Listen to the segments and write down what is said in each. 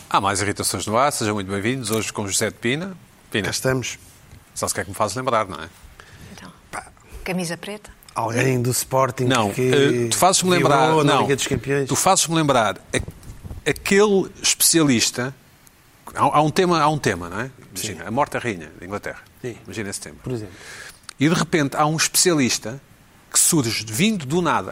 Há mais irritações no ar, sejam muito bem-vindos. Hoje com José de Pina. Pina, Cá estamos. só se quer que me fazes lembrar, não é? Então, camisa preta? Alguém do Sporting Não, que tu fazes-me lembrar... vibrou na Não, Liga dos Campeões. tu fazes-me lembrar aquele especialista... Há um tema, não é? Imagina, a morta rainha da Inglaterra. Sim. Imagina esse tema. Por exemplo. E de repente há um especialista que surge vindo do nada.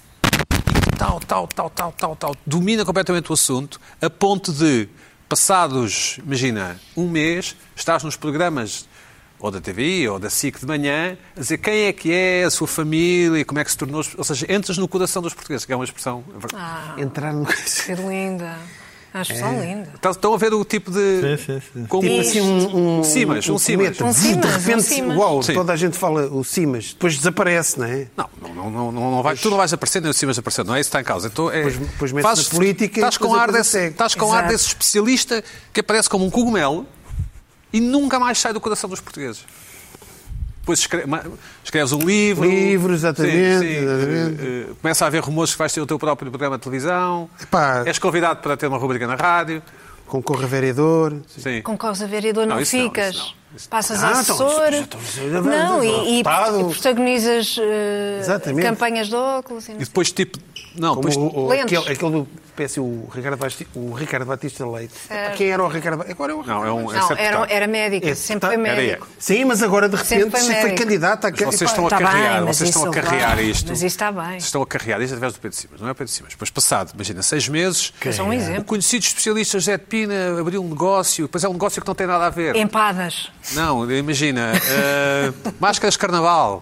Tal. Domina completamente o assunto, a ponto de, passados, imagina, um mês, estás nos programas ou da TVI ou da SIC de manhã, a dizer quem é que é, a sua família, como é que se tornou... Ou seja, entras no coração dos portugueses, que é uma expressão... Entrar no... Que linda. A expressão linda. Estão a ver o tipo de... Sim. Como Tipo assim um Simas. cometa. Um Simas, De repente, um Simas. uau, Sim. toda a gente fala o Simas. Depois desaparece, não é? Não vai, tu não vais aparecer, nem o Simas aparecer, não é isso que está em causa. Então, Depois metes na política e estás com depois a ar coisa desse, segue. estás com ar Exato. desse especialista que aparece como um cogumelo e nunca mais sai do coração dos portugueses. Depois escreves um livro. Livro, exatamente. Começa a haver rumores que vais ter o teu próprio programa de televisão. Epá. És convidado para ter uma rubrica na rádio. Concorre a vereador. Sim. Com causa vereador não isso não, ficas. isso não. Isso Passas não. a assessor. Não, e protagonizas Exatamente. campanhas de óculos. E não E depois, tipo... Não, Como depois... Lentes. aquele do PS, o Ricardo Batista Leite. Quem era o Ricardo Batista? Agora é o Não, é um... Não, era médica, Esse sempre tá- foi era médico. Sim, mas agora de Sempre repente foi foi médico. candidato a... Vocês estão a Está carregar, bem, mas vocês estão a isso carregar vai. isto. Mas isso está bem. Vocês estão a carregar isto através do Pedro Simas, não é o Pedro Simas. Depois, passado, imagina, 6 meses, É só um o exemplo. conhecido especialista José de Pina abriu um negócio, depois é um negócio que não tem nada a ver. Empadas. Não, imagina, máscaras de carnaval.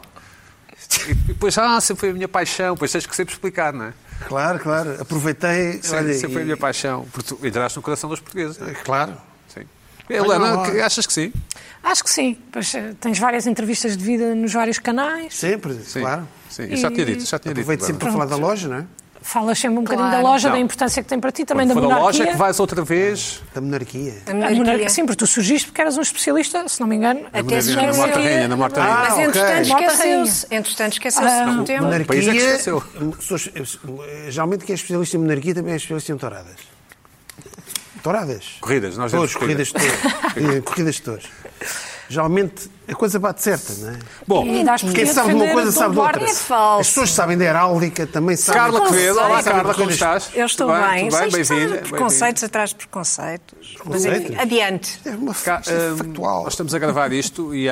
E depois, sempre foi a minha paixão, depois tens que sempre explicar, não é? Claro. Aproveitei. Sempre foi a minha paixão, porque tu entraste no coração dos portugueses, não é? Claro. Sim. Helena, não. achas que sim? Acho que sim. Pois, tens várias entrevistas de vida nos vários canais. Sempre, Sim. claro. Sim, eu já tinha dito. Aproveito sempre para falar da loja, não é? Falas sempre um bocadinho da Claro. loja, Não. da importância que tem para ti, também Quando da for a monarquia. loja é que vais outra vez. Da monarquia. A A monarquia. monarquia. Sim, porque tu surgiste porque eras um especialista, se não me engano. Até se Na morta rainha, esqueceu. na morta rainha. Mas ok. entretanto Morta esqueceu-se. Entretanto esqueceu-se Ah, do tema. O país é que Monarquia. esqueceu. Geralmente quem é especialista em monarquia também é especialista em touradas. Touradas. Corridas, nós Todos, dizemos corridas de touros. Corridas de touros. Geralmente a coisa bate certa, não é? Bom, E dás por Quem ti a sabe de uma defender coisa a sabe de tua outra. guarda. É falso. As pessoas sabem da heráldica, também sabem. Carla Quevedo, olá Preconceito. Carla, como estás? Eu estou Tudo bem. Tudo bem, Isto são bem-vinda. preconceitos atrás de preconceitos. Mas Preconceitos? enfim, adiante. É uma Cá, isto é factual. Nós estamos a gravar isto e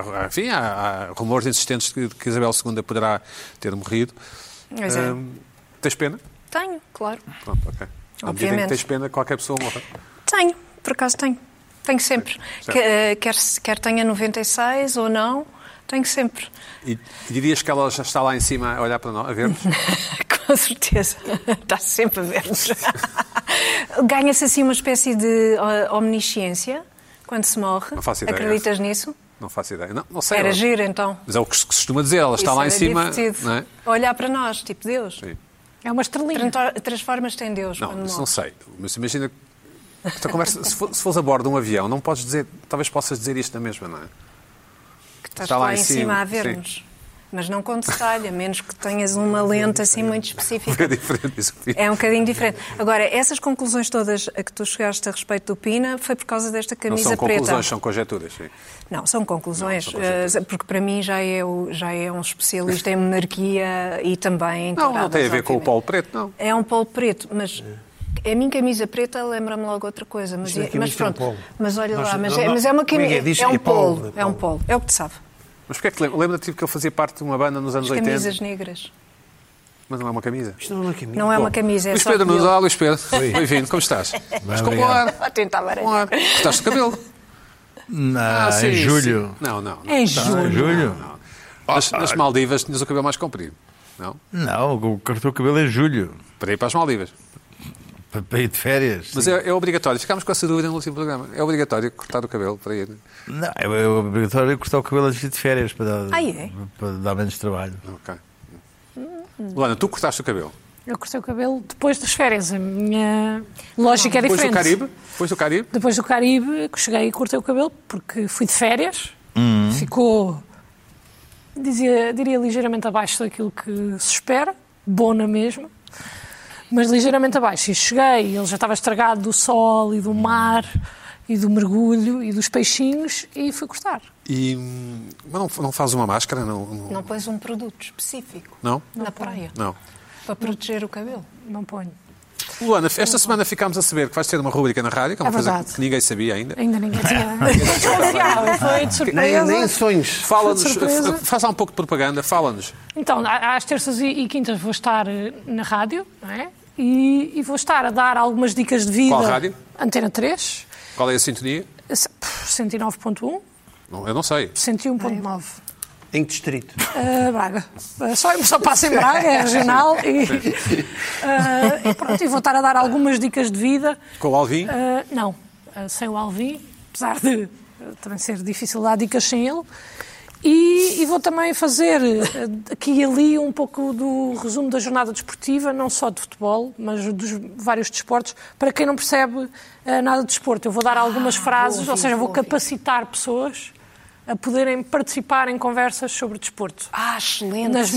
há rumores insistentes de que Isabel II poderá ter morrido. Mas é. Tens pena? Tenho, claro. Pronto, ok. À medida em que Obviamente. tens pena, qualquer pessoa morre. Tenho, por acaso tenho. Tenho sempre. Quer tenha 96 ou não, tenho sempre. E dirias que ela já está lá em cima a olhar para nós, a ver-nos? Com certeza. Está sempre a ver-nos. Ganha-se assim uma espécie de omnisciência quando se morre. Não faço ideia. Acreditas nisso? Não faço ideia. Não sei. Era giro, então. Mas é o que se costuma dizer, ela está Isso lá em era cima. divertido. Não é? Olhar para nós, tipo Deus. Sim. É uma estrelinha. Transformas-te em Deus Não, quando isso não morres. sei. Mas imagina, esta conversa, se fores a bordo de um avião, não podes dizer, talvez possas dizer isto na mesma, não é? Que estás Está lá lá em em cima, cima a ver-nos. Mas não com detalhe, a menos que tenhas uma lente assim muito específica. É diferente isso. É um bocadinho diferente. Agora, essas conclusões todas a que tu chegaste a respeito do Pina foi por causa desta Não camisa são preta. conclusões, são conjecturas. Sim. Não, são conclusões. Não, são conjecturas. Porque para mim já é um especialista em monarquia e também em Não touradas, tem a ver com o obviamente. polo preto, não. É um polo preto, mas a minha camisa preta lembra-me logo outra coisa. Mas, Isto não é mas camisa, é um pronto, polo. mas olha Nós- lá, mas não, é uma como é que é? camisa. Diz É um é polo, polo. é É um polo. polo. É o que te sabe. Mas porquê é que lembra-te que ele fazia parte de uma banda nos anos As 80? camisas negras. Mas não é uma camisa. Isto não é uma camisa. Não é uma camisa, é Luís só Pedro, cabelo. olá Luís Pedro. Bem-vindo, como estás? Mas com o ar. A tentar Com baralhar. ar. Cortaste o cabelo. Em julho. Não, não. Em julho. Julho? Nas Maldivas tinhas o cabelo mais comprido. Não? Não, cortou o cabelo em julho. Para ir para as Maldivas. Para ir de férias. Mas é obrigatório. Ficámos com essa dúvida no último programa. É obrigatório cortar o cabelo para ir. Não, é obrigatório cortar o cabelo antes de ir de férias para dar, É? para dar menos trabalho. Ok. Luana, tu cortaste o cabelo. Eu cortei o cabelo depois das férias. A minha lógica é Depois do diferente. Caribe? Depois do Caribe? Depois do Caribe, cheguei e cortei o cabelo porque fui de férias. Ficou, diria ligeiramente abaixo daquilo que se espera. Bom na mesma. mas ligeiramente abaixo. E cheguei, ele já estava estragado do sol e do mar e do mergulho e dos peixinhos e fui cortar. Mas não faz uma máscara? Não pões um produto específico Não? na praia Não. para proteger o cabelo? Não ponho. Luana, esta semana ficámos a saber que vais ter uma rubrica na rádio, que é uma coisa verdade. que ninguém sabia ainda. Ainda ninguém tinha. Foi de surpresa. Nem sonhos. Fala-nos, surpresa. faz lá um pouco de propaganda, fala-nos. Então, às terças e quintas vou estar na rádio, não é? E vou estar a dar algumas dicas de vida. Qual rádio? Antena 3, Qual é a sintonia? 109.1. Eu não sei. 101.9. Em que distrito? Braga. Só passo em Braga, é regional. E pronto, e vou estar a dar algumas dicas de vida. Com o Alvin? Não, sem o Alvin, apesar de também ser difícil dar dicas sem ele. E vou também fazer aqui e ali um pouco do resumo da jornada desportiva, não só de futebol, mas dos vários desportos, para quem não percebe nada de desporto. Eu vou dar algumas frases, ou seja, vou capacitar pessoas a poderem participar em conversas sobre desporto. Excelente. Nos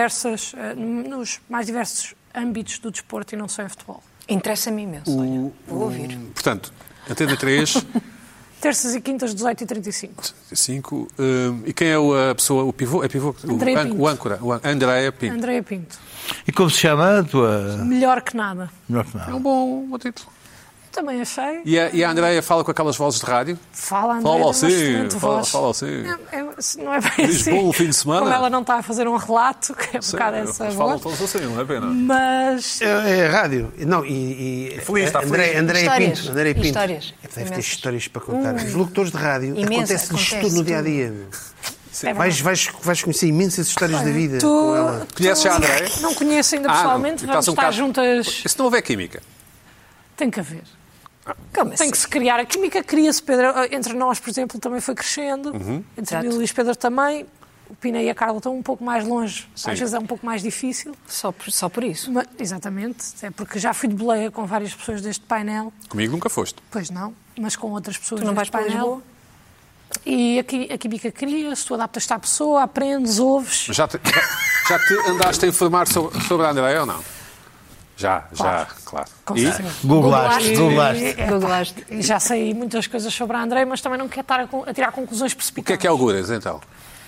mais diversos âmbitos do desporto e não só em futebol. Interessa-me imenso. Olha, vou ouvir. Portanto, Antena 3, Terças e quintas, 18h35. 5. E quem é a pessoa, o pivô? É pivô? Andréia Pinto. O âncora, Andréia Pinto. Andréia Pinto. E como se chama a tua... Melhor que nada. Melhor que É nada. um bom título. Também achei. E a Andréia fala com aquelas vozes de rádio? Fala, Andréia, Fala tem uma assim, excelente voz. fala assim. Não é bem Diz assim. bom fim de semana. Como ela não está a fazer um relato, que é um bocado essa Falam voz. todos assim, não é pena? Mas É rádio. Não, Está feliz. Andréia Histórias. Pinto. Andréia Pinto. Histórias. Deve ter Imensas. histórias para contar. Os locutores de rádio, Imensas, acontece-lhes acontece tudo no tudo. dia-a-dia. é verdade. Vais conhecer imensas histórias da vida Tu- com ela. Conheces já a Andréia? Não conheço ainda Ah, não. pessoalmente, Estás vamos um estar bocado- juntas. E se não houver química? Tem que haver. Como Tem assim? que se criar. A química cria-se, Pedro. Entre nós, por exemplo, também foi crescendo. Entre Exato. mim e o Luís Pedro também. O Pina e a Carla estão um pouco mais longe. Sim. Às vezes é um pouco mais difícil. Só por isso. Exatamente. É porque já fui de boleia com várias pessoas deste painel. Comigo nunca foste. Pois não, mas com outras pessoas Tu não deste vais para painel. Lisboa? E a química cria-se, tu adaptas-te à pessoa, aprendes, ouves. Mas já te andaste a informar sobre a Andréia ou não? Já, claro. Com E? certeza. Googlaste. Googlaste. E já sei muitas coisas sobre a André, mas também não quero estar a tirar conclusões O precipitadas. que é auguras, então?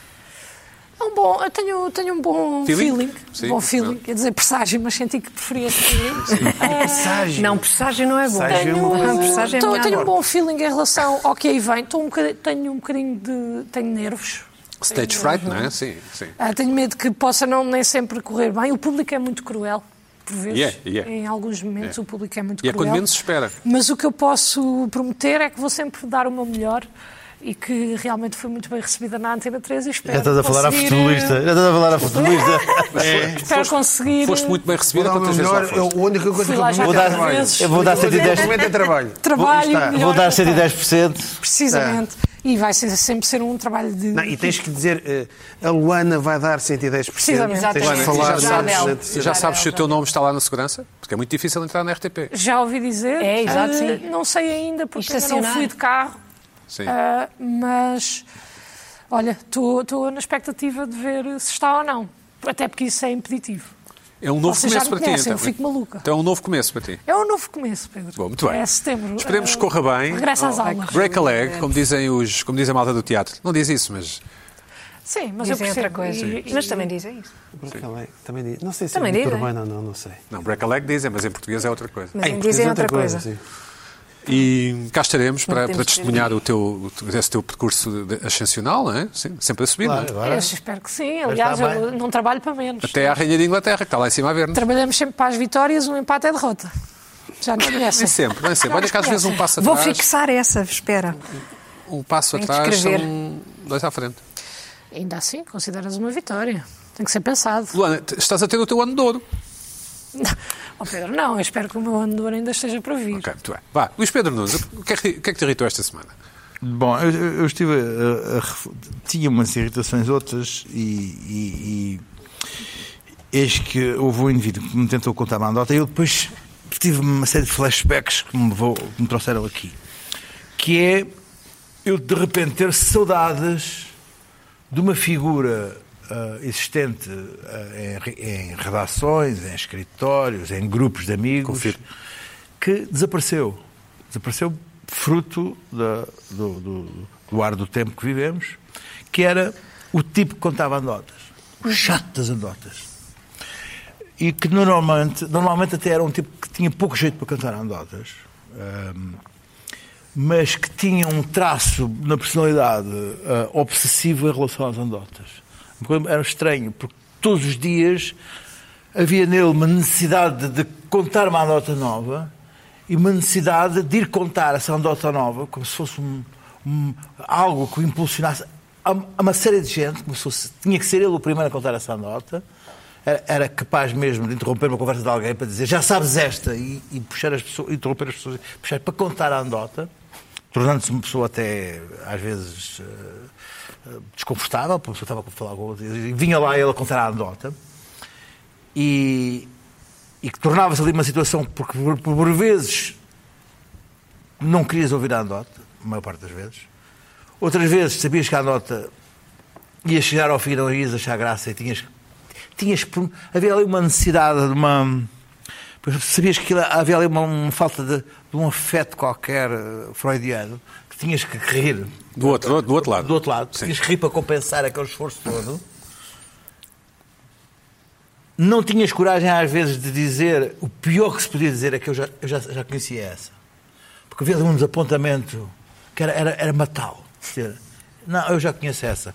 Eu tenho um bom feeling. Sim. Bom feeling. Quer dizer presságio, mas senti que preferia feeling. Presságio. Não, presságio não é bom. Presságio é uma coisa- Presságio é melhor. Tenho um bom feeling em relação ao que aí vem. Tenho um bocadinho de... Tenho nervos. Stage fright, não é? Sim. Tenho medo que possa nem sempre correr bem. O público é muito cruel, por vezes. Em alguns momentos o público é muito E é cruel. quando menos se espera. Mas o que eu posso prometer é que vou sempre dar o meu melhor e que realmente fui muito bem recebida na Antena 3 e espero Já estás a falar à conseguir, futebolista. Espero conseguir... Foste muito bem recebida Vou dar o quantas meu vezes lá melhor. foste? A única coisa Fui que lá eu já prometo é várias trabalho. vezes. Eu vou dar 110%. Prometo é trabalho. Trabalho Está. melhor. Vou dar 110%. Precisamente. E vai sempre ser um trabalho de... Não, e tens que dizer, a Luana vai dar 110%. Precisamente. Tens que Exatamente. falar Já sobre dela. isso. Já sabes se o teu nome está lá na segurança? Porque é muito difícil entrar na RTP. Já ouvi dizer. É, exato, sim. Não sei ainda, porque ainda não Estacionar. fui de carro. Sim. Mas, olha, estou na expectativa de ver se está ou não. Até porque isso é impeditivo. É um novo Vocês já começo me para ti, conhecem, então. eu fico maluca. Então é um novo começo para ti. É um novo começo, Pedro. Bom, muito bem. É setembro. Esperemos que corra bem. Regressa às aulas. Break a leg, como diz a malta do teatro. Não diz isso, mas... Sim, mas eu Dizem percebo. outra coisa. Mas também dizem isso. Também diz. Não sei se Também é muito dizem. urbano ou não sei. Não, break a leg dizem, mas em português é outra coisa. Mas Em dizem português é outra coisa. sim. E cá estaremos para temos que testemunhar esse teu percurso ascensional, não é? Sim, sempre a subir, não é? Agora, Eu espero que sim. Aliás, está eu não trabalho para menos. Até à Rainha de Inglaterra, que está lá em cima a ver-nos. Trabalhamos sempre para as vitórias, um empate é derrota. Já nos Nem conhecem. sempre, nem sempre. Olha que às vezes um passo Vou atrás, fixar essa, espera. um passo Tenho que atrás escrever. são dois à frente. Ainda assim, consideras uma vitória. Tem que ser pensado. Luana, estás a ter o teu ano de ouro. Oh, Pedro, não, eu espero que o meu ano de ouro ainda esteja para vir. Ok, muito bem. Vá, Luís Pedro Nunes, o que é que te irritou esta semana? Bom, eu estive tinha umas irritações outras e eis que houve um indivíduo que me tentou contar uma anedota e eu depois tive uma série de flashbacks que me trouxeram aqui. Que é eu de repente ter saudades de uma figura existente em redações, em escritórios, em grupos de amigos, Confirmo. que desapareceu. Desapareceu fruto do ar do tempo que vivemos, que era o tipo que contava anedotas. O chato das anedotas. E que normalmente até era um tipo que tinha pouco jeito para cantar anedotas, mas que tinha um traço na personalidade obsessivo em relação às anedotas. Era estranho, porque todos os dias havia nele uma necessidade de contar uma anedota nova e uma necessidade de ir contar essa anedota nova como se fosse algo que o impulsionasse a uma série de gente, como se fosse, tinha que ser ele o primeiro a contar essa anedota. Era capaz mesmo de interromper uma conversa de alguém para dizer já sabes esta e puxar as pessoas, interromper as pessoas, puxar para contar a anedota, tornando-se uma pessoa até às vezes desconfortável, porque a pessoa estava a falar com outra, e vinha lá ele a contar a anedota e que tornava-se ali uma situação porque por vezes não querias ouvir a anedota, a maior parte das vezes, outras vezes sabias que a anedota ia chegar ao fim, não ias achar graça e havia ali uma necessidade de uma... Sabias que havia ali uma falta de um afeto qualquer freudiano que tinhas que rir. Do outro lado. Do outro lado. Sim. Tinhas que rir para compensar aquele esforço todo. Não tinhas coragem às vezes de dizer... O pior que se podia dizer é que eu já conhecia essa. Porque havia ali um desapontamento que era matá-lo. Não, eu já conheço essa.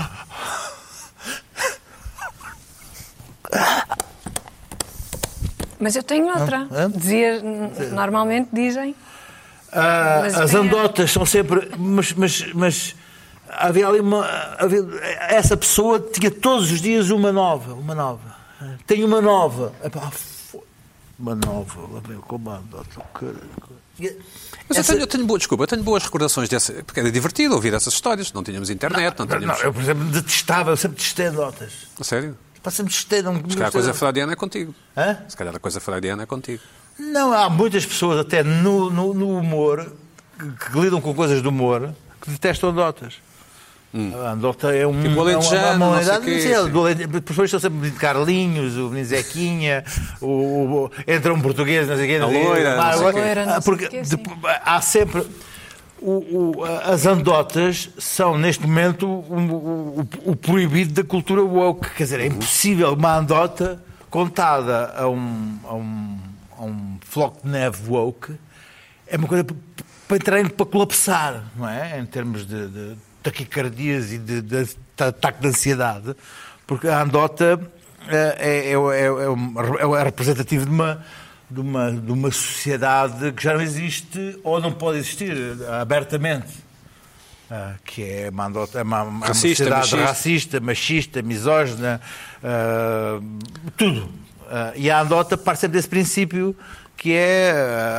Mas eu tenho outra. Normalmente dizem. As anedotas são sempre... Mas havia ali essa pessoa tinha todos os dias uma nova. Tem uma nova. Uma nova. Como anedota. Mas eu tenho boas recordações dessa, porque era divertido ouvir essas histórias. Não tínhamos internet, não tínhamos... eu, por exemplo, eu sempre detestei anedotas. A sério? Sempre detestei. Se calhar a coisa freudiana é contigo. Hã? Se calhar a coisa freudiana é contigo. Não, há muitas pessoas, até no humor, que lidam com coisas do humor, que detestam anedotas. A anedota é um... Tipo o Alentejano, não sei o quê. Pessoas estão sempre o menino Carlinhos, o menino Zequinha, entra um português, não sei o quê. A loira, não sei o quê. Porque há sempre... As anedotas são, neste momento, o proibido da cultura woke. Quer dizer, é impossível uma anedota contada a um floco de neve woke. É uma coisa para entrar para colapsar, não é? Em termos de taquicardias e de ataque de ansiedade. Porque a anedota é representativo de uma sociedade que já não existe ou não pode existir abertamente, que é uma sociedade racista, machista, misógina, tudo. E a anedota parte sempre desse princípio que é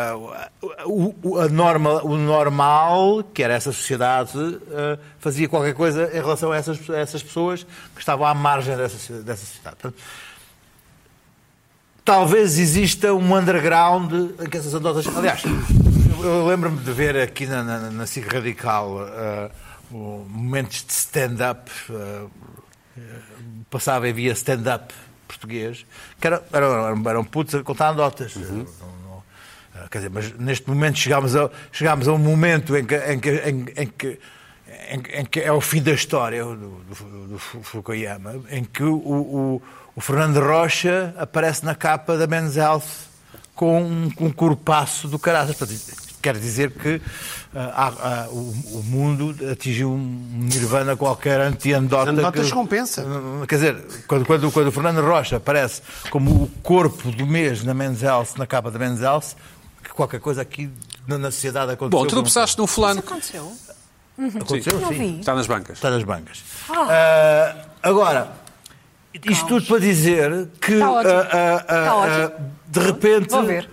o normal, que era essa sociedade, fazia qualquer coisa em relação a essas pessoas que estavam à margem dessa sociedade. Portanto, talvez exista um underground em que essas anedotas... Aliás, eu lembro-me de ver aqui na SIC Radical momentos de stand-up. Passava e via stand-up português, que eram putos a contar anedotas. Quer dizer, mas neste momento chegámos a um momento em que é o fim da história do Fukuyama, em que o Fernando Rocha aparece na capa da Men's Health com um corpaço do caraças. Quer dizer que o mundo atingiu um nirvana qualquer anti-anedota. Anedotas compensa. Quer dizer, quando o Fernando Rocha aparece como o corpo do mês na Men's Health, na capa da Men's Health, que qualquer coisa aqui na sociedade aconteceu. Bom, tu não pensaste num fulano... Isso aconteceu? Aconteceu, Não sim. vi. Está nas bancas. Está nas bancas. Agora, isto tudo para dizer que Está ótimo. de repente Vou ver.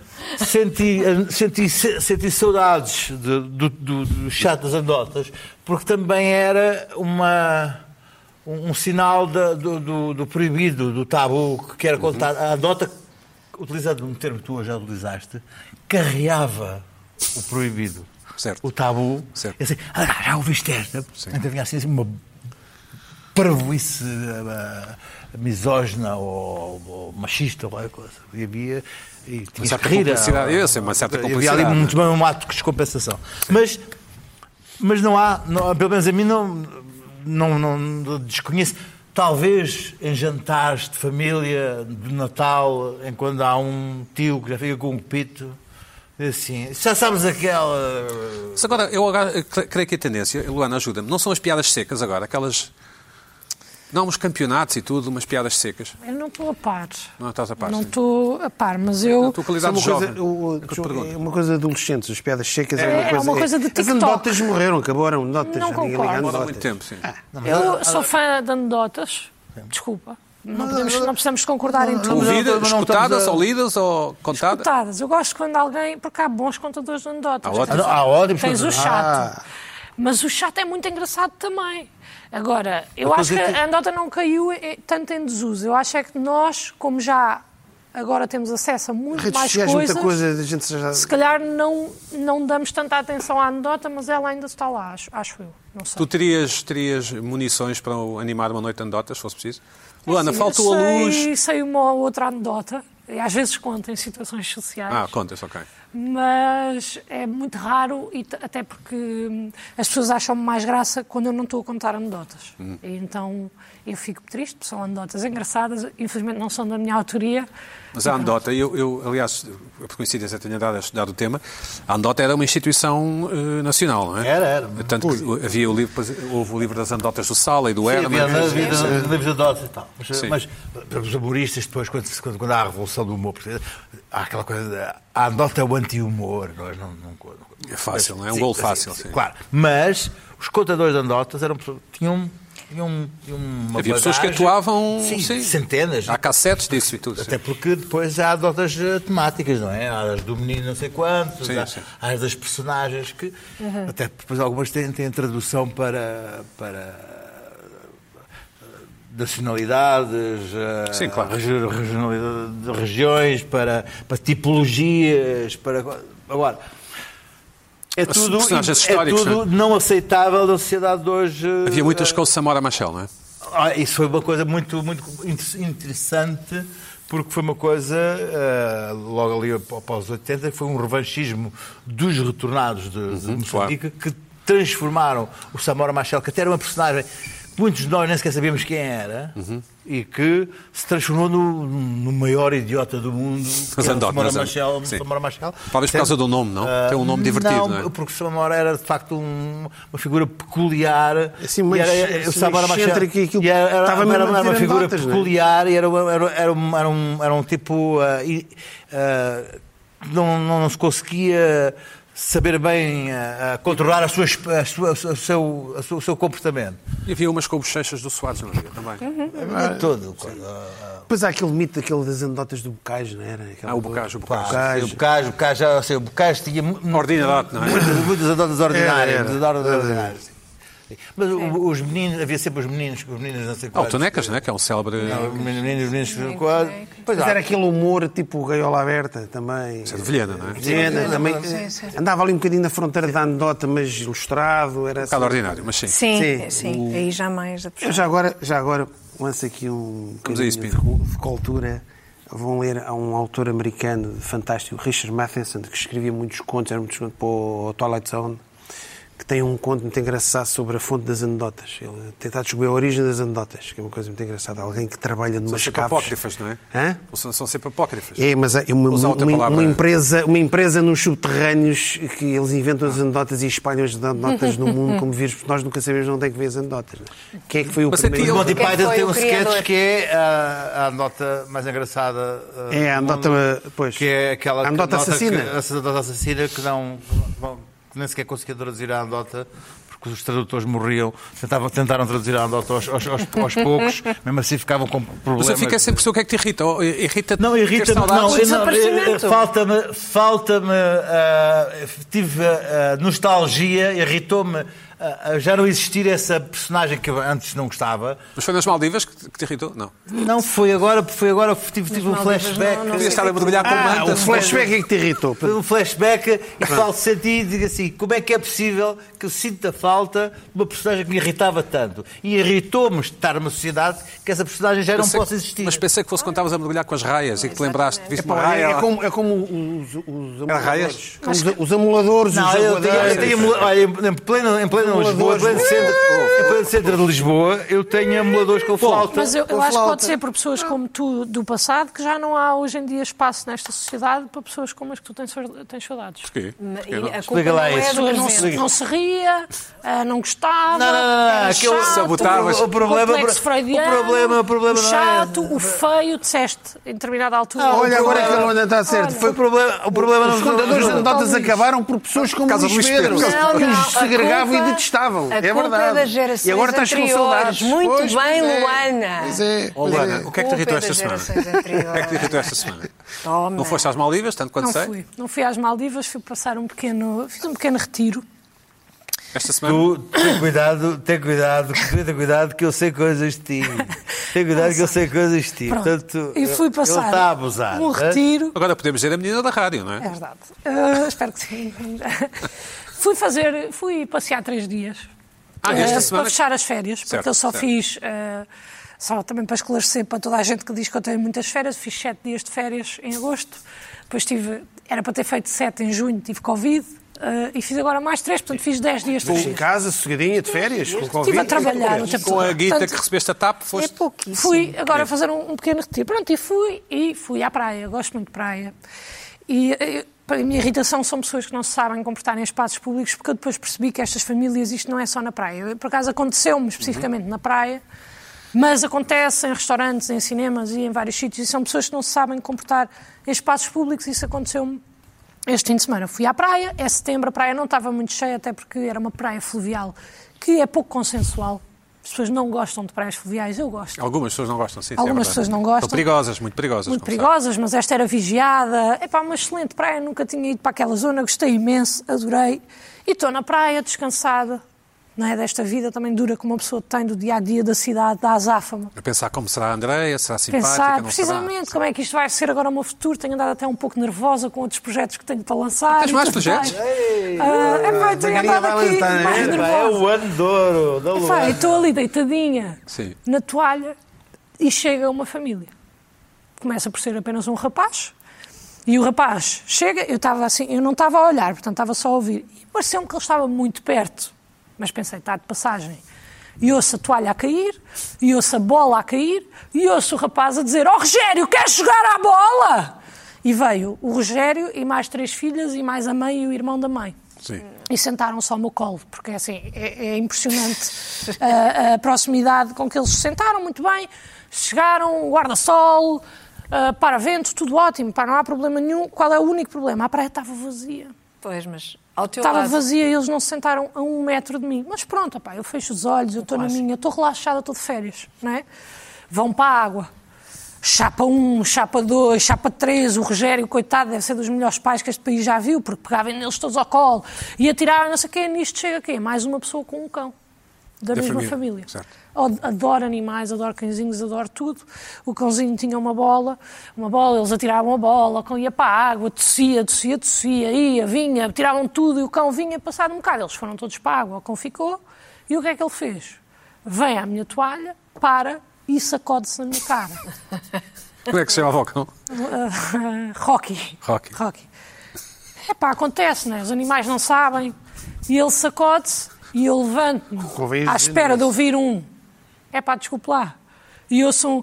senti saudades do chato das anedotas, porque também era um sinal do proibido, do tabu, que era contar. A anedota, utilizando um termo que tu já utilizaste, carreava o proibido. Certo. O tabu. Certo. E assim, já ouviste esta? Então vinha assim uma parvoíce misógina ou machista ou qualquer coisa. E havia... E tinha que rir. Uma certa Havia complicidade. ali muito um ato de descompensação. Mas não há, pelo menos a mim não desconheço. Talvez em jantares de família, de Natal, em quando há um tio que já fica com um pito, assim, já sabes aquela... Mas agora, eu creio que a tendência, Luana, ajuda-me, não são as piadas secas agora, aquelas... Não, uns campeonatos e tudo, umas piadas secas. Eu não estou a par. Não estás a par? Não estou a par, mas eu... A tua qualidade Isso jovem. é uma coisa de adolescentes, as piadas secas É uma coisa de As TikTok. anedotas morreram, acabaram anedotas. Não já ninguém concordo. liga a Demora anedotas. muito tempo, sim. Eu sou fã de anedotas. Desculpa. Não precisamos concordar em tudo. Ouvidas, não escutadas estamos a- ou lidas ou contadas? Escutadas. Eu gosto quando alguém... Porque há bons contadores de anedotas. Há ótimos. Há ótimos Tens o contadores. chato. Mas o chato é muito engraçado também. Agora, eu acho que a anedota não caiu tanto em desuso. Eu acho é que nós, como já agora temos acesso a muito Redes mais sociais, coisas, muita coisa, a gente já... se calhar não damos tanta atenção à anedota, mas ela ainda está lá, acho eu. Não sei. Tu terias munições para animar uma noite de anedotas, se fosse preciso? Luana, Sim, faltou a luz... Sei uma ou outra anedota. E às vezes conto em situações sociais. Contas, ok. Mas é muito raro, até porque as pessoas acham-me mais graça quando eu não estou a contar anedotas. E então eu fico triste, são anedotas engraçadas, infelizmente não são da minha autoria. Mas a anedota, eu aliás, por coincidência tenho dado a estudar o tema, a anedota era uma instituição nacional, não é? Era. Tanto que havia houve o livro das anedotas do Sala e do Sim, Herman. havia livros de anedotas e tal. Sim. Mas os humoristas, depois, quando há a revolução do humor, há aquela coisa a anedota é o anti-humor. Nós não É fácil, não é? Um Sim, gol sim, fácil. sim, Sim. claro. Mas os contadores de anedotas tinham uma Havia pessoas que bagagem- atuavam, sim, centenas. Há cassetes disso e tudo. sim. Até porque depois há anedotas temáticas, não é? Há as do menino não sei quantos, Sim, há, sim. há as das personagens que até depois algumas têm tradução para nacionalidades, Sim, claro. regionalidade de regiões, para tipologias, agora é tudo personagens históricos, não aceitável da sociedade de hoje. Havia muitas com o Samora Machel, não é? Isso foi uma coisa muito, muito interessante, porque foi uma coisa, logo ali após os 80, foi um revanchismo dos retornados de Moçambique, que transformaram o Samora Machel, que até era uma personagem que muitos de nós nem sequer sabíamos quem era, e que se transformou no maior idiota do mundo, que era o Samora Machel. Samora Machel. Talvez por causa do nome, não? Tem um nome divertido, não é? Porque o Samora era de facto uma figura peculiar. Assim, meio o Samora Machel excêntrico e aquilo era estava mesmo a uma dizer figura anedotas, não é? peculiar e era um tipo não se conseguia saber bem controlar o seu comportamento. E havia umas com bochechas do Soares, não havia também? Todo. Depois há aquele mito das anedotas do Bocage, não era? O Bocage. O Bocage tinha Ordinadote, não é? muitas anedotas ordinárias. Era. Mas os meninos, havia sempre os meninos não sei O quantos. Tonecas, não é? Que é um célebre... Meninos, Mas era aquele humor tipo gaiola aberta também. Isso é de Vilhena, não é? Vilhena, também. Andava ali um bocadinho na fronteira da anedota, mas ilustrado. Era Um bocado ordinário, mas sim. Sim. Aí jamais a Eu puxar. já agora lanço aqui um Vamos a isso, bocadinho de cultura. Vão ler a um autor americano fantástico, Richard Matheson, que escrevia muitos contos, era muitos contos para o Twilight Zone, que tem um conto muito engraçado sobre a fonte das anedotas. Ele tenta descobrir a origem das anedotas, que é uma coisa muito engraçada. Alguém que trabalha São numas sempre caves. apócrifas, não é? Hã? São sempre apócrifas. É, mas é Usar outra palavra. uma empresa nos subterrâneos que eles inventam as anedotas e espalham as anedotas no mundo como vírus, porque nós nunca sabemos onde é que vê as anedotas. Não é? Quem é que foi o Mas primeiro? aqui O Monty Quem Python foi tem o um sketch criador? que é a anedota mais engraçada. É a anedota, pois. Que é aquela A anedota assassina. A anedota assassina que nem sequer conseguia traduzir a anedota, porque os tradutores morriam, tentaram traduzir a anedota aos poucos, mesmo assim ficavam com problemas. Mas eu fiquei sem perceber o que é que te irrita. Irrita-te Não, ter irrita-me. saudades? desaparecimento. Falta-me. Tive nostalgia, irritou-me já não existir essa personagem que eu antes não gostava. Mas foi nas Maldivas que te irritou? Não. Não, foi agora tive um flashback. Podia estar a mergulhar com manta. O flashback é que te irritou. Foi um flashback e falo senti e digo assim, como é que é possível que eu sinta falta de uma personagem que me irritava tanto? E irritou-me estar numa sociedade que essa personagem já não possa existir. Mas pensei que fosse quando estavas a mergulhar com as raias e que te lembraste, viste uma Pá, raia. é como os Era raias? amuladores. Os amuladores, Não, os olha, em plena Lisboa, em pleno centro de Lisboa, eu tenho amuladores com flauta. Mas eu acho que pode ser por pessoas como tu do passado que já não há hoje em dia espaço nesta sociedade para pessoas como as que tu tens saudades. Porquê? Porquê E não? a culpa Explica lá não é isso. do Não se ria, não gostava, Não, era que eu chato, sabotavas. O problema não é... chato, o feio, disseste em determinada altura. Olha, agora é que a Luana está certo. O problema não Os contadores de anedotas acabaram por pessoas como Causa Luís de Luís Pedro, Pedro. que Não, os segregavam a culpa- e detestavam. A É culpa verdade. das gerações E agora estás com anteriores. saudades. Muito Pois, bem, pois é. Luana. Pois é, Ó, pois é. Luana, o que é que te irritou esta semana? O que é que te irritou esta semana? Toma. Não foste às Maldivas, tanto quanto sei? Não fui às Maldivas, fui passar fiz um pequeno retiro. Esta semana? Tu, tem cuidado que eu sei coisas de ti. Tem cuidado que eu sei coisas de ti. Pronto. Portanto, E fui ele passar está a abusar. um retiro. Agora podemos dizer a menina da rádio, não é? É verdade. Espero que sim. Fui passear 3 dias. Esta semana? Para fechar as férias, Certo, porque eu só certo. fiz, só também para esclarecer para toda a gente que diz que eu tenho muitas férias, fiz 7 dias de férias em agosto, depois era para ter feito 7 em junho, tive Covid, e fiz agora mais 3, portanto fiz 10 dias de Em férias. casa, sossegadinha, de férias, com Covid. Estive a trabalhar o tempo Com todo. a guita Portanto, que recebeste a TAP, É foste... pouquíssimo. fui agora fazer um pequeno retiro. Pronto, e fui à praia. Gosto muito de praia. E a minha irritação são pessoas que não se sabem comportar em espaços públicos, porque eu depois percebi que estas famílias, isto não é só na praia. Por acaso aconteceu-me especificamente na praia, mas acontece em restaurantes, em cinemas e em vários sítios. E são pessoas que não se sabem comportar em espaços públicos. Isso aconteceu-me este fim de semana. Fui à praia, é setembro, a praia não estava muito cheia, até porque era uma praia fluvial, que é pouco consensual. As pessoas não gostam de praias fluviais, eu gosto. Algumas pessoas não gostam, sim. Algumas é verdade. pessoas não gostam. São perigosas, muito perigosas. Muito como perigosas, mas esta era vigiada. É pá, uma excelente praia, nunca tinha ido para aquela zona, gostei imenso, adorei. E estou na praia, descansada. Não é desta vida também dura que uma pessoa tem do dia-a-dia da cidade, da azáfama. sabe. A pensar como será a Andreia, será simpática, Pensar não precisamente será. como é que isto vai ser agora o meu futuro. Tenho andado até um pouco nervosa com outros projetos que tenho para lançar. Tens e mais tudo projetos? mais. Tenho andado aqui mais É nervosa. o ano de ouro da Epá, Luana. eu estou ali deitadinha Sim. na toalha e chega uma família. Começa por ser apenas um rapaz e o rapaz chega, eu estava assim, eu não estava a olhar, portanto estava só a ouvir. E pareceu-me que ele estava muito perto, mas pensei, está de passagem. E ouço a toalha a cair, e ouço a bola a cair, e ouço o rapaz a dizer: "Ó Rogério, queres jogar à bola?" E veio o Rogério e mais 3 filhas e mais a mãe e o irmão da mãe. Sim. E sentaram-se ao meu colo, porque assim, é impressionante a proximidade com que eles se sentaram, muito bem, chegaram, guarda-sol, para-vento, tudo ótimo, pá, não há problema nenhum. Qual é o único problema? A praia estava vazia. Pois, mas ao teu Estava lado... vazia e eles não se sentaram a 1 metro de mim. Mas pronto, pá, eu fecho os olhos, eu estou na minha, estou relaxada, estou de férias, não é? Vão para a água. Chapa 1, chapa 2, chapa 3, o Rogério, coitado, deve ser dos melhores pais que este país já viu, porque pegavam neles todos ao colo e atiraram, não sei o quê, nisto chega quê? Mais uma pessoa com um cão, da mesma família. Certo. Adoro animais, adoro cãezinhos, adoro tudo. O cãozinho tinha uma bola, eles atiravam a bola, o cão ia para a água, tossia, ia, vinha, tiravam tudo e o cão vinha passado um bocado. Eles foram todos para a água, o cão ficou e o que é que ele fez? Vem à minha toalha, para e sacode-se na minha cara. Como é que se chamava o cão? Rocky. Rocky. Epá, acontece, né? Os animais não sabem. E ele sacode-se e eu levanto-me Convém à dizer espera de isso. ouvir um. Epá, desculpe lá. E eu sou um...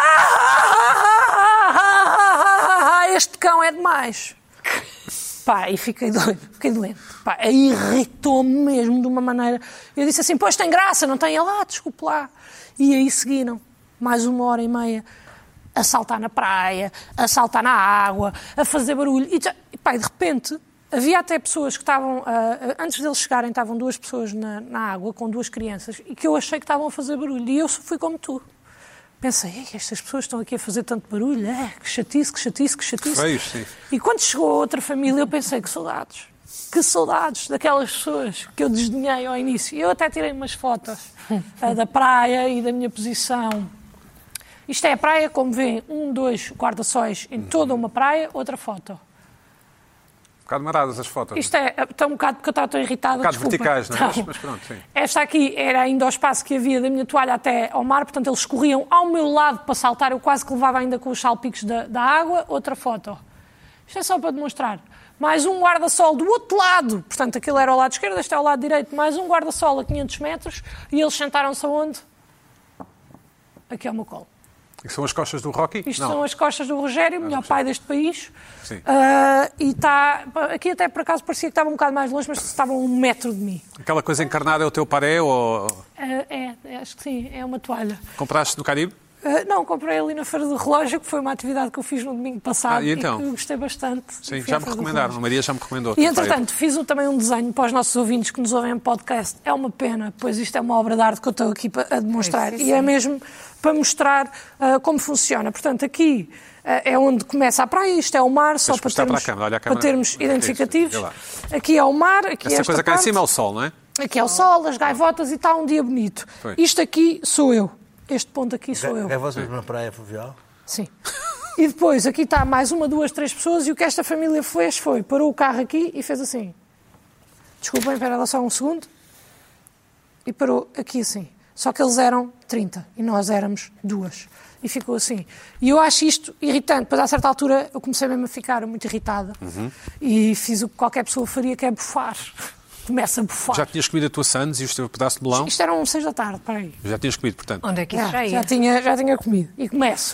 Este cão é demais. Pá, e fiquei doido, fiquei doente. Pá, irritou-me mesmo de uma maneira... Eu disse assim, pois tem graça, não tem? Ele, desculpe lá. E aí seguiram mais 1h30 a saltar na praia, a saltar na água, a fazer barulho. E pá, de repente, havia até pessoas que estavam... antes deles chegarem, estavam 2 pessoas na água com 2 crianças e que eu achei que estavam a fazer barulho. E eu fui como tu. Pensei, estas pessoas estão aqui a fazer tanto barulho. Que chatice. Feios, sim. E quando chegou a outra família, eu pensei, que saudades. Que saudades daquelas pessoas que eu desdenhei ao início. Eu até tirei umas fotos da praia e da minha posição. Isto é a praia, como vêem, 1, 2 guarda-sóis em toda uma praia, outra foto. Um bocado maradas as fotos. Isto está um bocado, porque eu estava irritada. Um bocado desculpa. verticais, não é? Então, Mas pronto, sim. esta aqui era ainda o espaço que havia da minha toalha até ao mar, portanto eles escorriam ao meu lado para saltar, eu quase que levava ainda com os salpicos da água. Outra foto. Isto é só para demonstrar. Mais um guarda-sol do outro lado, portanto aquilo era ao lado esquerdo, este é ao lado direito, mais um guarda-sol a 500 metros e eles sentaram-se aonde? Aqui ao meu colo. E são as costas do Rocky? Isto são as costas do Rogério, o melhor pai deste país. Sim. E está... Aqui até por acaso parecia que estava um bocado mais longe, mas estava a 1 metro de mim. Aquela coisa encarnada é o teu paré ou... Acho que sim, é uma toalha. Compraste no Caribe? Não, comprei ali na Feira do Relógio, que foi uma atividade que eu fiz no domingo passado e então? que gostei bastante. Sim, já me recomendaram, a Maria já me recomendou. E, entretanto, fiz também um desenho para os nossos ouvintes que nos ouvem em podcast. É uma pena, pois isto é uma obra de arte que eu estou aqui a demonstrar. E é mesmo para mostrar como funciona. Portanto, aqui é onde começa a praia, isto é o mar, só para termos identificativos. Aqui é o mar, aqui é esta coisa cá parte. em cima é o sol, não é? Aqui é o sol, as gaivotas e está um dia bonito. Foi. Isto aqui sou eu. Este ponto aqui sou eu. É vocês na praia fluvial? Sim. E depois, aqui está mais 1, 2, 3 pessoas e o que esta família fez foi, parou o carro aqui e fez assim. Desculpem, espera lá só um segundo. E parou aqui assim. Só que eles eram 30 e nós éramos 2. E ficou assim. E eu acho isto irritante. Depois, a certa altura, eu comecei mesmo a ficar muito irritada. E fiz o que qualquer pessoa faria, que é bufar. Começa a bufar. Já tinhas comido a tua sandes e o teu pedaço de melão? Isto eram 6 da tarde, para aí. Já tinhas comido, portanto. Onde é que isso já ia? Já tinha comido. E começo.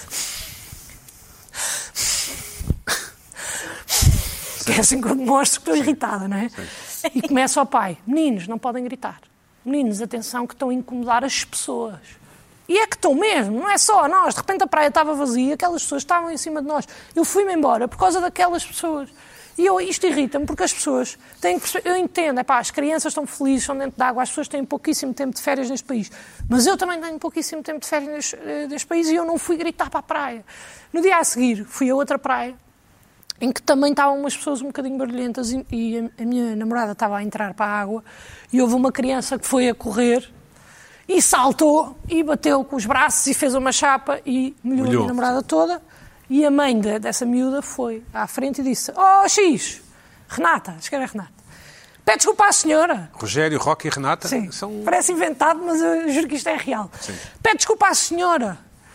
Que é assim que eu demonstro que estou irritada, não é? Sim. E começo ao pai. Meninos, não podem gritar. Meninos, atenção, que estão a incomodar as pessoas. E é que estão mesmo, não é só a nós. De repente a praia estava vazia, aquelas pessoas estavam em cima de nós. Eu fui-me embora por causa daquelas pessoas. E isto irrita-me porque as pessoas têm que perceber, eu entendo, as crianças estão felizes, estão dentro de água, as pessoas têm pouquíssimo tempo de férias neste país, mas eu também tenho pouquíssimo tempo de férias neste país e eu não fui gritar para a praia. No dia a seguir fui a outra praia, em que também estavam umas pessoas um bocadinho barulhentas e a minha namorada estava a entrar para a água e houve uma criança que foi a correr e saltou e bateu com os braços e fez uma chapa e molhou a minha namorada toda. E a mãe dessa miúda foi à frente e disse: "Oh, X, Renata, acho que era Renata, pede desculpa à senhora." Rogério, Roque e Renata? Sim, parece inventado, mas eu juro que isto é real. Sim. "Pede desculpa à senhora."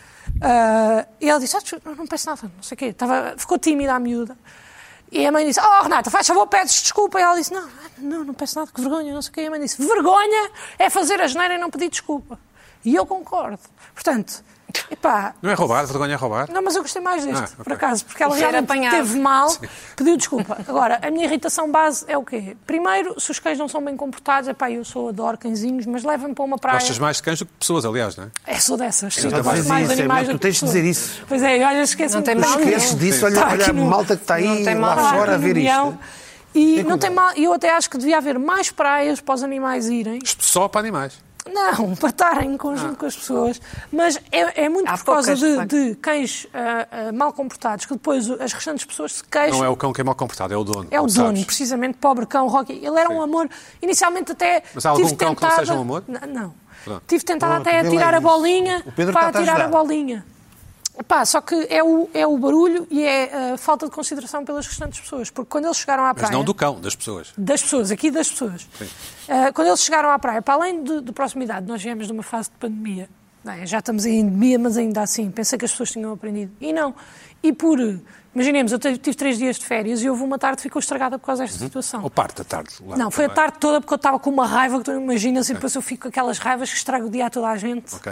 E ela disse: "Não peço nada, não sei o quê." Ficou tímida a miúda. E a mãe disse: "Oh, Renata, faz favor, pedes desculpa." E ela disse: Não peço nada, que vergonha, não sei o quê." E a mãe disse: "Vergonha é fazer a geneira e não pedir desculpa." E eu concordo. Portanto... Não é roubar, vergonha é roubar. Não, mas eu gostei mais deste, okay. Por acaso, porque ela realmente teve mal, pediu desculpa. Agora, a minha irritação base é o quê? Primeiro, se os cães não são bem comportados, eu adoro cãezinhos, mas leva-me para uma praia... Gostas mais de cães do que de pessoas, aliás, não é? Sou dessas, sim. Gosto mais de animais do que tu tens de dizer isso. Pois é, olha, esquece-me. Não tem mal nenhum. Esqueces disso, olha a malta que está aí lá fora a ver isto. E não tem mal, eu até acho que devia haver mais praias para os animais irem. Só para animais? Não, para estarem em conjunto com as pessoas, mas é muito por causa de cães mal comportados, que depois as restantes pessoas se queixam. Não é o cão que é mal comportado, é o dono. É o dono, precisamente, pobre cão, Rocky. Ele era um amor, inicialmente até... Mas há algum cão que não seja um amor? Não. Tive tentado até a tirar a bolinha, para tirar a bolinha. Só que é o barulho e é a falta de consideração pelas restantes pessoas. Porque quando eles chegaram à praia... Mas não do cão, das pessoas. Das pessoas, aqui das pessoas. Quando eles chegaram à praia, para além de proximidade, nós viemos de uma fase de pandemia. Já estamos em endemia, mas ainda assim. Pensei que as pessoas tinham aprendido. E não. E imaginemos, eu tive 3 dias de férias e houve uma tarde que ficou estragada por causa desta situação. Ou parte da tarde? Lá não, foi a tarde toda porque eu estava com uma raiva que tu não imaginas e depois eu fico com aquelas raivas que estrago o dia a toda a gente. Ok.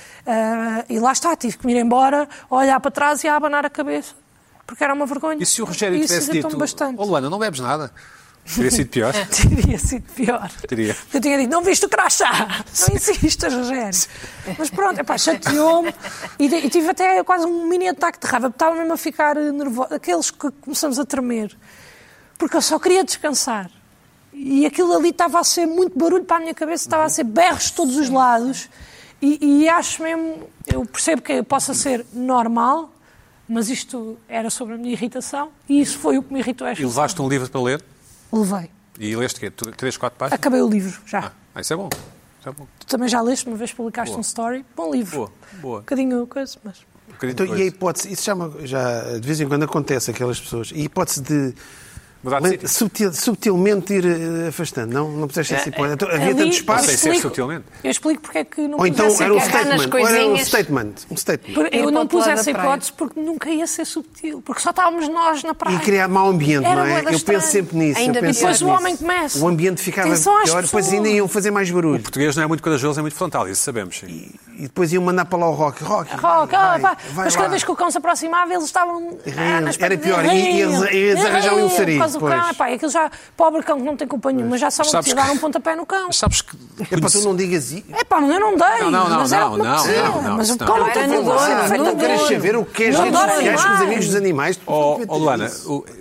E lá está, tive que me ir embora, a olhar para trás e a abanar a cabeça, porque era uma vergonha. E se o Rogério tivesse dito: "Oh, Luana, não bebes nada"? Teria sido pior? Teria sido pior. Teria. Eu tinha dito: "Não viste o crachá?" Não insistas, Rogério. Mas pronto, chateou-me e tive até quase um mini ataque de raiva, estava mesmo a ficar nervosa, aqueles que começamos a tremer, porque eu só queria descansar. E aquilo ali estava a ser muito barulho para a minha cabeça, estava a ser berros de todos os lados. E acho mesmo, eu percebo que possa ser normal, mas isto era sobre a minha irritação e isso foi o que me irritou esta E levaste um livro para ler? Levei. E leste o quê? 3, 4 páginas? Acabei o livro, já. Isso é bom. Isso é bom. Tu também já leste, uma vez publicaste um story. Bom livro. Boa. Um bocadinho coisa, mas... Então, e a hipótese, isso já de vez em quando acontece aquelas pessoas, e a hipótese de Mudar de sítio. subtilmente ir afastando, não puseste essa hipótese. Então, havia Ali, tanto Não espaço. sei se é subtilmente. Eu explico porque é que não Ou então pus essa era um hipótese. nas statement. Ou era um coisinhas. statement. Eu Ir não para o pus lado essa da praia. hipótese porque nunca ia ser subtil. Porque só estávamos nós na praia. E criar mau ambiente, Era não é? bué da Eu estranho. penso sempre nisso. Ainda eu penso depois sempre o nisso. homem começa. O ambiente ficava Atenção às pior, depois ainda pessoas. iam fazer mais barulho. O português não é muito corajoso, é muito frontal, isso sabemos. Sim. E depois iam mandar para lá o Rocky. Rock, vai mas cada lá. vez que o cão se aproximava, eles estavam. Era pior. E eles arranjavam um sarilho. Por causa do cão, pá, aquele já, pobre cão que não tem culpa nenhuma, já só não Sabes podia dar que- um pontapé no cão. Mas sabes que... É para tu não digas isso. É pá, mas eu não dei. Não, mas era o que me apetecia. não, Mas o não. cão não Era tem no culpa. dono, Sempre feito no a Queres dono. saber o que é as Não redes adoro sociais com os animais. amigos dos animais? Luana,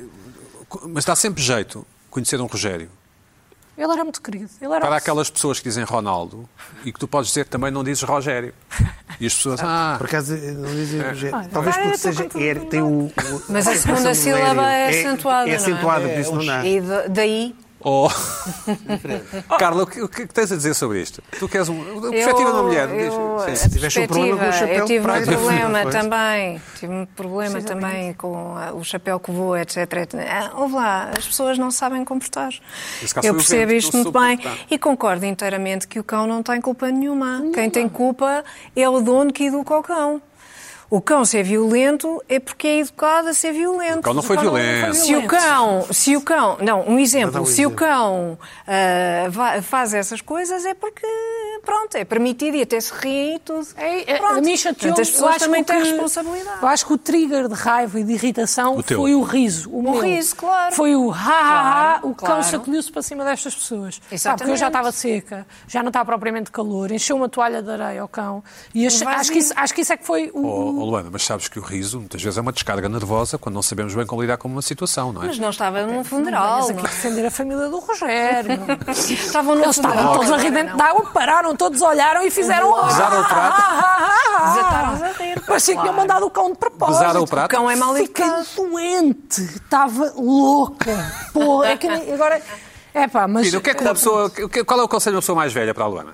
mas dá sempre jeito conhecer um Rogério. Ele era muito querido. Ele era Para aquelas pessoas que dizem Ronaldo e que tu podes dizer que também não dizes Rogério. E as pessoas, Por acaso, não dizem Rogério. Olha, Talvez eu porque estou seja com tudo R, tem o... Mas a segunda sílaba é acentuada, não É é? acentuada, por isso não dá. E daí... Oh. Carla, o que tens a dizer sobre isto? Tu queres a perspectiva de uma mulher. Sim. Tiveste um problema com o chapéu eu tive de praia, um problema pois. também. Tive um problema também com o chapéu que voa, etc. Ouve lá, as pessoas não sabem comportar. Nesse caso Eu foi o percebo vento isto do muito sul, bem tá. e concordo inteiramente que o cão não tem culpa nenhuma. Quem tem culpa é o dono que educa o cão. O cão ser violento é porque é educado a ser violento. O cão não foi violento. Se o cão, não, um exemplo, Vou dar um se o exemplo. cão faz essas coisas é porque, pronto, é permitido e até se ri e tudo. A Pronto. mim chateou. Portanto, as pessoas também têm que- responsabilidade. Eu acho que o trigger de raiva e de irritação O teu. foi o riso. O meu. riso, claro. Foi o ha-ha-ha. Claro, O cão claro. sacudiu-se para cima destas pessoas. Exatamente. Sabe, porque eu já estava seca, já não estava propriamente calor, encheu uma toalha de areia ao cão. E acho que isso é que foi o. Luana, mas sabes que o riso muitas vezes é uma descarga nervosa quando não sabemos bem como lidar com uma situação, não é? Mas não estava num funeral. Mas aqui defender a família do Rogério. Estavam num Eles estavam funeral. todos a rir dentro de água, pararam, todos olharam e fizeram. Gozaram o prato. Desataram-se a rir. Parecia que tinham mandado o cão de propósito. Gozaram o O prato. cão é mal Fiquei educado. doente, estava louca. Porra, é que agora. É pá, mas. Filho, o que é que uma pessoa, qual é o conselho de uma pessoa mais velha para a Luana?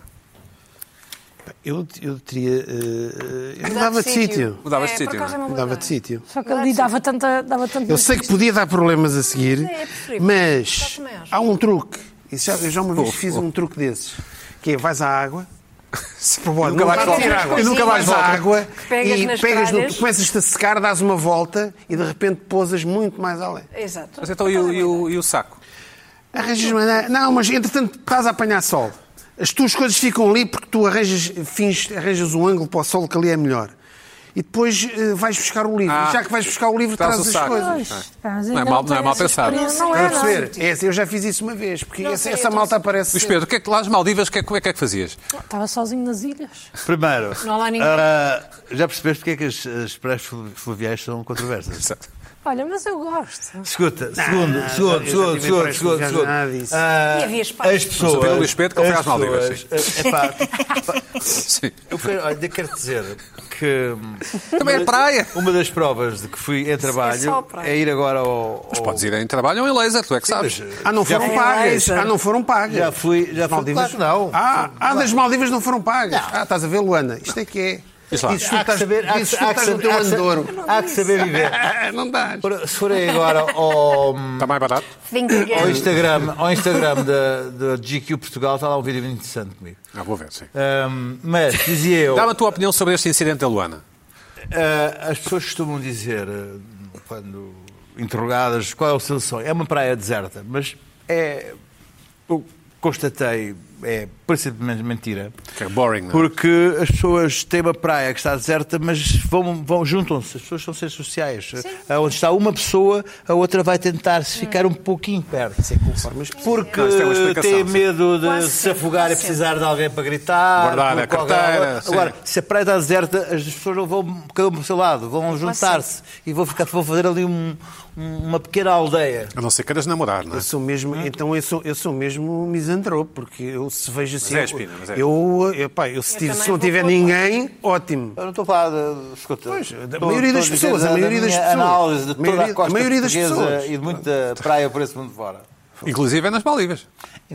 Eu teria... eu mudava de sítio. Mudavas de É, sítio, por acaso não é? é uma boa Mudava ideia. de sítio. Só que ali dava tanta. Eu sei que podia dar problemas a seguir, Mas é preferível. mas Já também acho. há um truque. Eu já uma vez fiz um truque desses. Que é, vais à água... Nunca mais voltas. E nunca mais à água Pegas e nas pegas no, praias. começas-te a secar, dás uma volta e de repente pousas muito mais além. Exato. Mas então e o saco? Arranjas maneira. Não, mas entretanto estás a apanhar sol. As tuas coisas ficam ali porque tu arranjas um ângulo para o sol que ali é melhor. E depois vais buscar o livro. Ah, E já que vais buscar o livro, traz trazes o as saco. coisas. Não é mal pensado. Não Estás a é, perceber? Eu já fiz isso uma vez, porque essa malta aparece. Luís Pedro, lá nas Maldivas, como é que fazias? Estava sozinho nas ilhas. Primeiro, Não há lá ninguém. já percebeste porque é que as praias fluviais são controversas? Exato. Olha, mas eu gosto. Escuta, eu já tive segundo. nada disso. E havia espaço. As pessoas. Mas o Luís Pedro que foi às Maldivas, Sim. Olha, quero dizer que. Também é praia. Uma das provas de que fui em só trabalho praia. é ir agora ao. Mas podes ir em trabalho ou em laser, tu é que sabes. Não foram pagas. Não foram pagas. Já fui. Maldivas. Claro que não. Das Maldivas não foram pagas. Estás a ver, Luana? Isto é que é. Diz lá. E desfrutas no teu andouro. Há que saber viver. Não dás. Se forem agora ao Está mais barato? Think again. ao Instagram da GQ Portugal, está lá um vídeo muito interessante comigo. Vou ver, sim. Mas, dizia eu, Dá-me a tua opinião sobre este incidente da Luana. as pessoas costumam dizer, quando interrogadas, qual é o seu sonho? É uma praia deserta, mas eu constatei, é parecidamente mentira. Que é boring, não é? Porque as pessoas têm uma praia que está deserta, mas juntam-se. As pessoas são seres sociais. Onde está uma pessoa, a outra vai tentar se ficar um pouquinho perto. Porque Não, isto é uma explicação, tem sim. medo de Quase se sempre, afogar e quase precisar de alguém para gritar. Guardar a porque carteira, sim. Agora, se a praia está deserta, as pessoas não vão cada um para o seu lado, vão juntar-se e vão fazer ali uma pequena aldeia. A não ser queiras namorar, não é? Eu sou mesmo, então eu sou mesmo misantropo, porque eu se vejo assim. Mas é, Espina, mas é. Se não tiver ninguém, ótimo. Eu não estou a falar de... Escuta, Pois, da maioria das pessoas, a maioria das pessoas. análise de toda a costa A maioria das portuguesa pessoas. e de muita praia por esse mundo fora. Inclusive é nas Maldivas.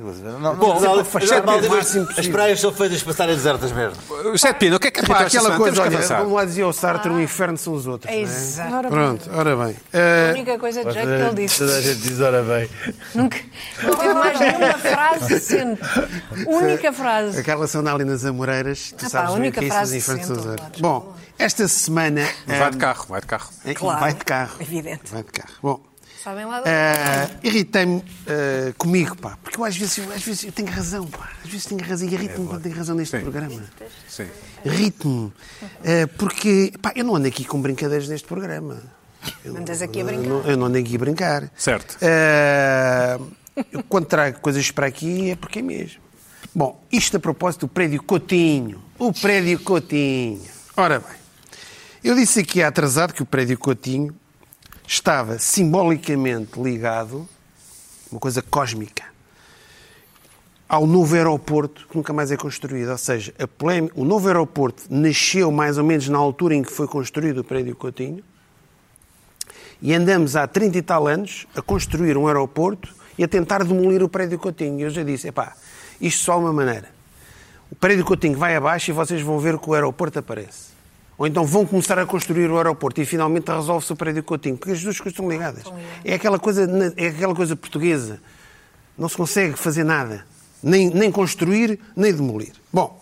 As praias são feitas para estarem desertas mesmo. Sete Pina, o que é que Pá, esta aquela semana? coisa, Temos que olha, avançar. vamos lá dizer ao Sartre, o inferno são os outros. não é? Exato. Pronto, ora bem. A única coisa de jeito que ele disse. Toda a gente diz, ora bem. Nunca, não teve mais nenhuma frase decente. Única frase. Aquela relação ali nas Amoreiras, tu Ah, pá, sabes a bem única que é isso frase dos infernos são os decente, outros. claro. Bom, esta semana... Vai de carro, vai de carro. Claro. Vai de carro. Evidente. Vai de carro. Bom, Sabem lá irritei-me comigo, pá, porque eu às vezes eu tenho razão, pá. Às vezes tenho razão e irrito-me quando tenho razão neste Sim. programa. Sim. Irrito-me. Porque, pá, eu não ando aqui com brincadeiras neste programa. Andas aqui a brincar. Eu não ando aqui a brincar. Certo. Eu, quando trago coisas para aqui é porque é mesmo. Bom, isto a propósito do prédio Coutinho. O prédio Coutinho. Ora bem, eu disse aqui há atrasado que o prédio Coutinho estava simbolicamente ligado, uma coisa cósmica, ao novo aeroporto que nunca mais é construído. Ou seja, o novo aeroporto nasceu mais ou menos na altura em que foi construído o prédio Coutinho e andamos há 30 e tal anos a construir um aeroporto e a tentar demolir o prédio Coutinho. E eu já disse, epá, isto só há uma maneira. O prédio Coutinho vai abaixo e vocês vão ver que o aeroporto aparece. Ou então vão começar a construir o aeroporto e finalmente resolve-se o prédio Coutinho. Porque as duas coisas estão ligadas. É aquela coisa portuguesa. Não se consegue fazer nada. Nem construir, nem demolir. Bom,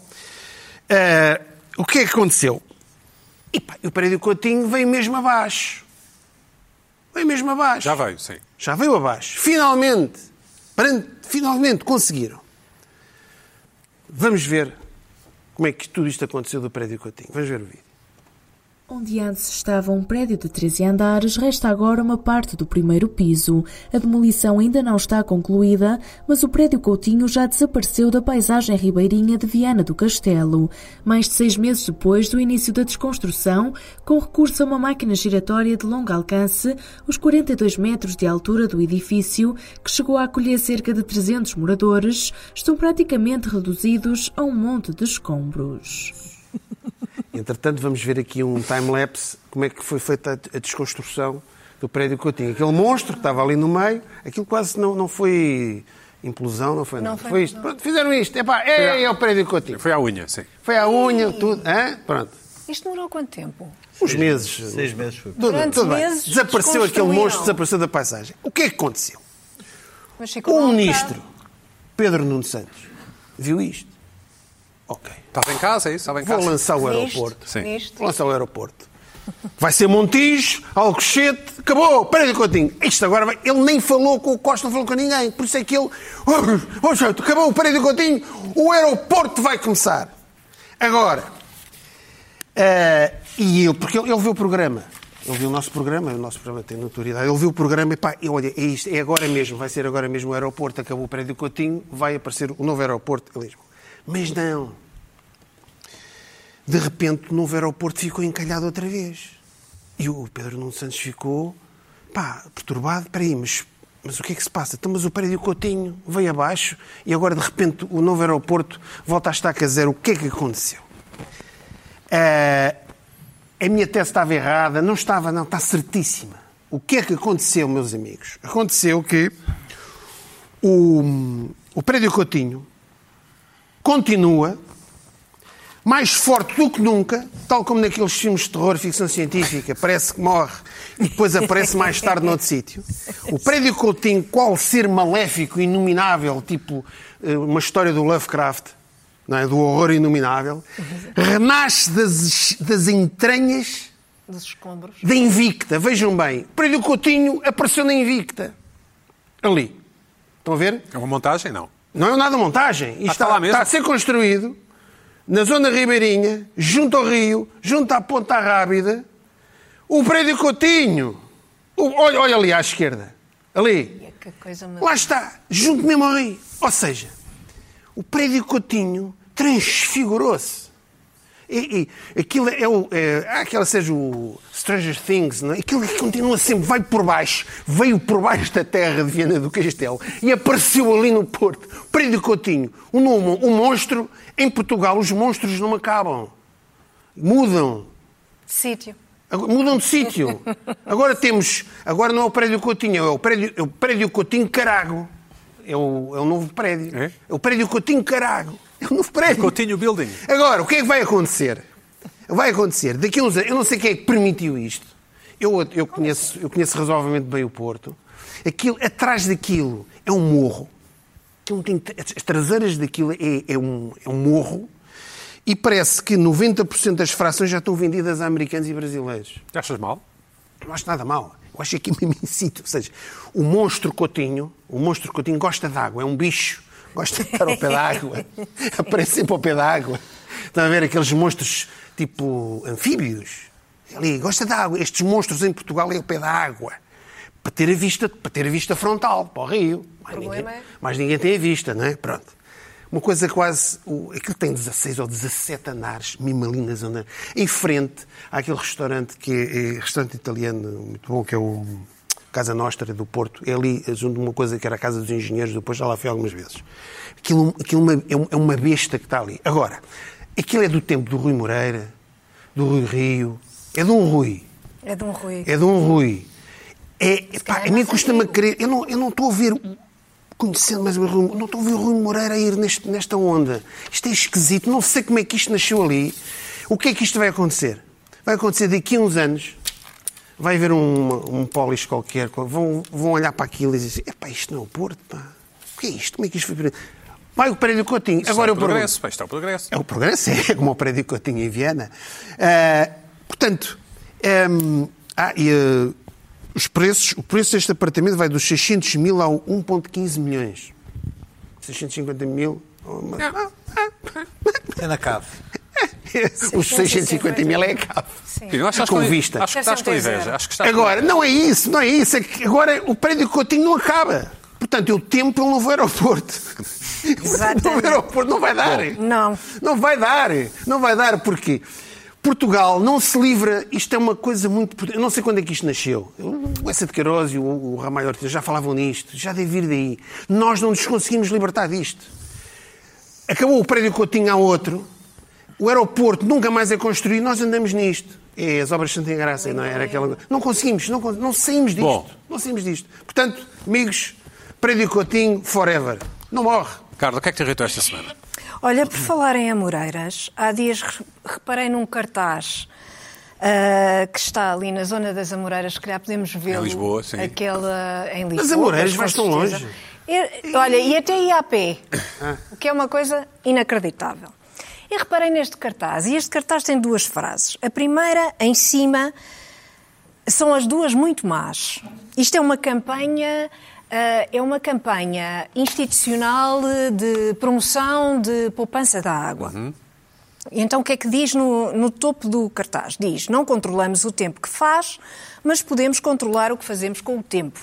o que é que aconteceu? O prédio Coutinho veio mesmo abaixo. Veio mesmo abaixo. Já veio, sim. Já veio abaixo. Finalmente conseguiram. Vamos ver como é que tudo isto aconteceu do prédio Coutinho. Vamos ver o vídeo. Onde antes estava um prédio de 13 andares, resta agora uma parte do primeiro piso. A demolição ainda não está concluída, mas o prédio Coutinho já desapareceu da paisagem ribeirinha de Viana do Castelo. Mais de 6 meses depois do início da desconstrução, com recurso a uma máquina giratória de longo alcance, os 42 metros de altura do edifício, que chegou a acolher cerca de 300 moradores, estão praticamente reduzidos a um monte de escombros. Entretanto, vamos ver aqui um time-lapse, como é que foi feita a desconstrução do prédio Coutinho. Aquele monstro que estava ali no meio, aquilo quase não foi implosão, não foi nada. Foi isto. Pronto, fizeram isto. É o prédio Coutinho. Foi à unha, sim. Foi à unha, tudo. Pronto. Isto demorou quanto tempo? Uns meses. 6 meses foi. Durante meses Desapareceu aquele desconstruíram. monstro, desapareceu da paisagem. O que é que aconteceu? Mas ficou O lá um ministro, bocado. Pedro Nuno Santos, viu isto. Ok. Estava em casa, é isso? Estava em Vou casa. lançar o Nisto, aeroporto. Sim. nisto. Vou lançar o aeroporto. Vai ser Montijo, Alcochete, acabou, prédio Coutinho. Isto agora vai... Ele nem falou com o Costa, não falou com ninguém. Por isso é que ele... acabou o prédio Coutinho, o aeroporto vai começar. Agora, porque ele viu o programa. Ele viu o nosso programa tem notoriedade. Ele viu o programa e pá, olha, é isto, é agora mesmo, vai ser agora mesmo o aeroporto, acabou o prédio Coutinho, vai aparecer o novo aeroporto em Lisboa. Mas não. De repente, o novo aeroporto ficou encalhado outra vez. E o Pedro Nuno Santos ficou, perturbado. Espera aí, mas o que é que se passa? Então, mas o prédio Coutinho veio abaixo e agora, de repente, o novo aeroporto volta a estaca zero. O que é que aconteceu? A minha tese estava errada. Não estava, não. Está certíssima. O que é que aconteceu, meus amigos? Aconteceu que o prédio Coutinho continua mais forte do que nunca, tal como naqueles filmes de terror, ficção científica, parece que morre e depois aparece mais tarde noutro sítio. O prédio Coutinho, qual ser maléfico, inominável, tipo uma história do Lovecraft, não é? Do horror inominável, renasce das entranhas Dos escombros. da Invicta. Vejam bem, o prédio Coutinho apareceu na Invicta. Ali. Estão a ver? É uma montagem? Não. Não é nada montagem. Isto está lá mesmo? está a ser construído na zona ribeirinha, junto ao rio, junto à Ponta Rábida. O prédio Coutinho. Olha ali à esquerda. Ali. Que coisa Lá está. Junto mesmo ao rio. Ou seja, o prédio Coutinho transfigurou-se. E aquilo há aquela seja o Stranger Things, não é? Aquilo que continua sempre, veio por baixo da terra de Viana do Castelo e apareceu ali no Porto. Prédio Coutinho, um monstro. Em Portugal os monstros não acabam. Mudam. de sítio. Mudam de sítio. Agora não é o prédio Coutinho, é o prédio Coutinho Carago. é o novo prédio. É o prédio Coutinho Carago. É o novo prédio. Coutinho Building. Agora, o que é que vai acontecer? Vai acontecer, daqui a uns anos, eu não sei quem é que permitiu isto. Eu conheço razoavelmente bem o Porto. Atrás daquilo é um morro. As traseiras daquilo é um morro. E parece que 90% das frações já estão vendidas a americanos e brasileiros. Achas mal? Não acho nada mal. Eu acho que aqui mesmo incito. Ou seja, o monstro Coutinho gosta de água. É um bicho. Gosta de estar ao pé da água. Aparece sempre ao pé da água. Estão a ver aqueles monstros tipo anfíbios? Ali, gosta de água. Estes monstros em Portugal é ao pé da água. Para ter a vista frontal, para o rio. Mas ninguém tem a vista, não é? Pronto. Uma coisa quase... Aquilo tem 16 ou 17 andares, mesmo ali na zona... Em frente há aquele restaurante que é restaurante italiano muito bom, que é o Casa Nostra do Porto. É ali, junto de uma coisa que era a Casa dos Engenheiros, depois já lá fui algumas vezes. Aquilo é uma besta que está ali. Agora, aquilo é do tempo do Rui Moreira, do Rui Rio... É de um Rui. É de um Rui. É de um Rui. A mim custa-me a crer... Eu não estou a ver... Conhecendo mais o Rui... Não estou a ver o Rui Moreira a ir nesta onda. Isto é esquisito. Não sei como é que isto nasceu ali. O que é que isto vai acontecer? Vai acontecer daqui a uns anos. Vai haver um polis qualquer. Vão olhar para aquilo e dizer assim, isto não é o Porto, pá. O que é isto? Como é que isto foi... Vai o prédio Coutinho. Agora é o progresso. Isto é o progresso. É o progresso. É como o prédio Coutinho em Viena. Portanto, o preço deste apartamento vai dos 600 mil ao 1,15 milhões. 650 mil... É na cave. Os 650 mil é a cave. Com vista. Acho que estás com inveja. Agora, não é isso. É que agora o prédio Coutinho não acaba. Portanto, eu temo pelo novo aeroporto. O novo aeroporto não vai dar. Não. Não vai dar. Porquê? Portugal não se livra, isto é uma coisa muito... Eu não sei quando é que isto nasceu. O Essa de Queiroz e o Ramalho Ortiz já falavam nisto, já deve vir daí. Nós não nos conseguimos libertar disto. Acabou o prédio Coutinho, há outro. O aeroporto nunca mais é construído, nós andamos nisto. As obras de Santa Graça, não é? Era aquela... Não conseguimos, não saímos disto. Bom. Não saímos disto. Portanto, amigos, prédio Coutinho, forever. Não morre. Carlos, o que é que te irritou esta semana? Olha, por falar em Amoreiras, há dias reparei num cartaz que está ali na zona das Amoreiras, se calhar podemos vê-lo. Em Lisboa, sim. Em Lisboa. As Amoreiras vais tão longe. Olha, e até ia a pé, o que é uma coisa inacreditável. E reparei neste cartaz, e este cartaz tem duas frases. A primeira, em cima, são as duas muito más. Isto é uma campanha... É uma campanha institucional de promoção de poupança da água. Uhum. Então o que é que diz no topo do cartaz? Diz, não controlamos o tempo que faz, mas podemos controlar o que fazemos com o tempo.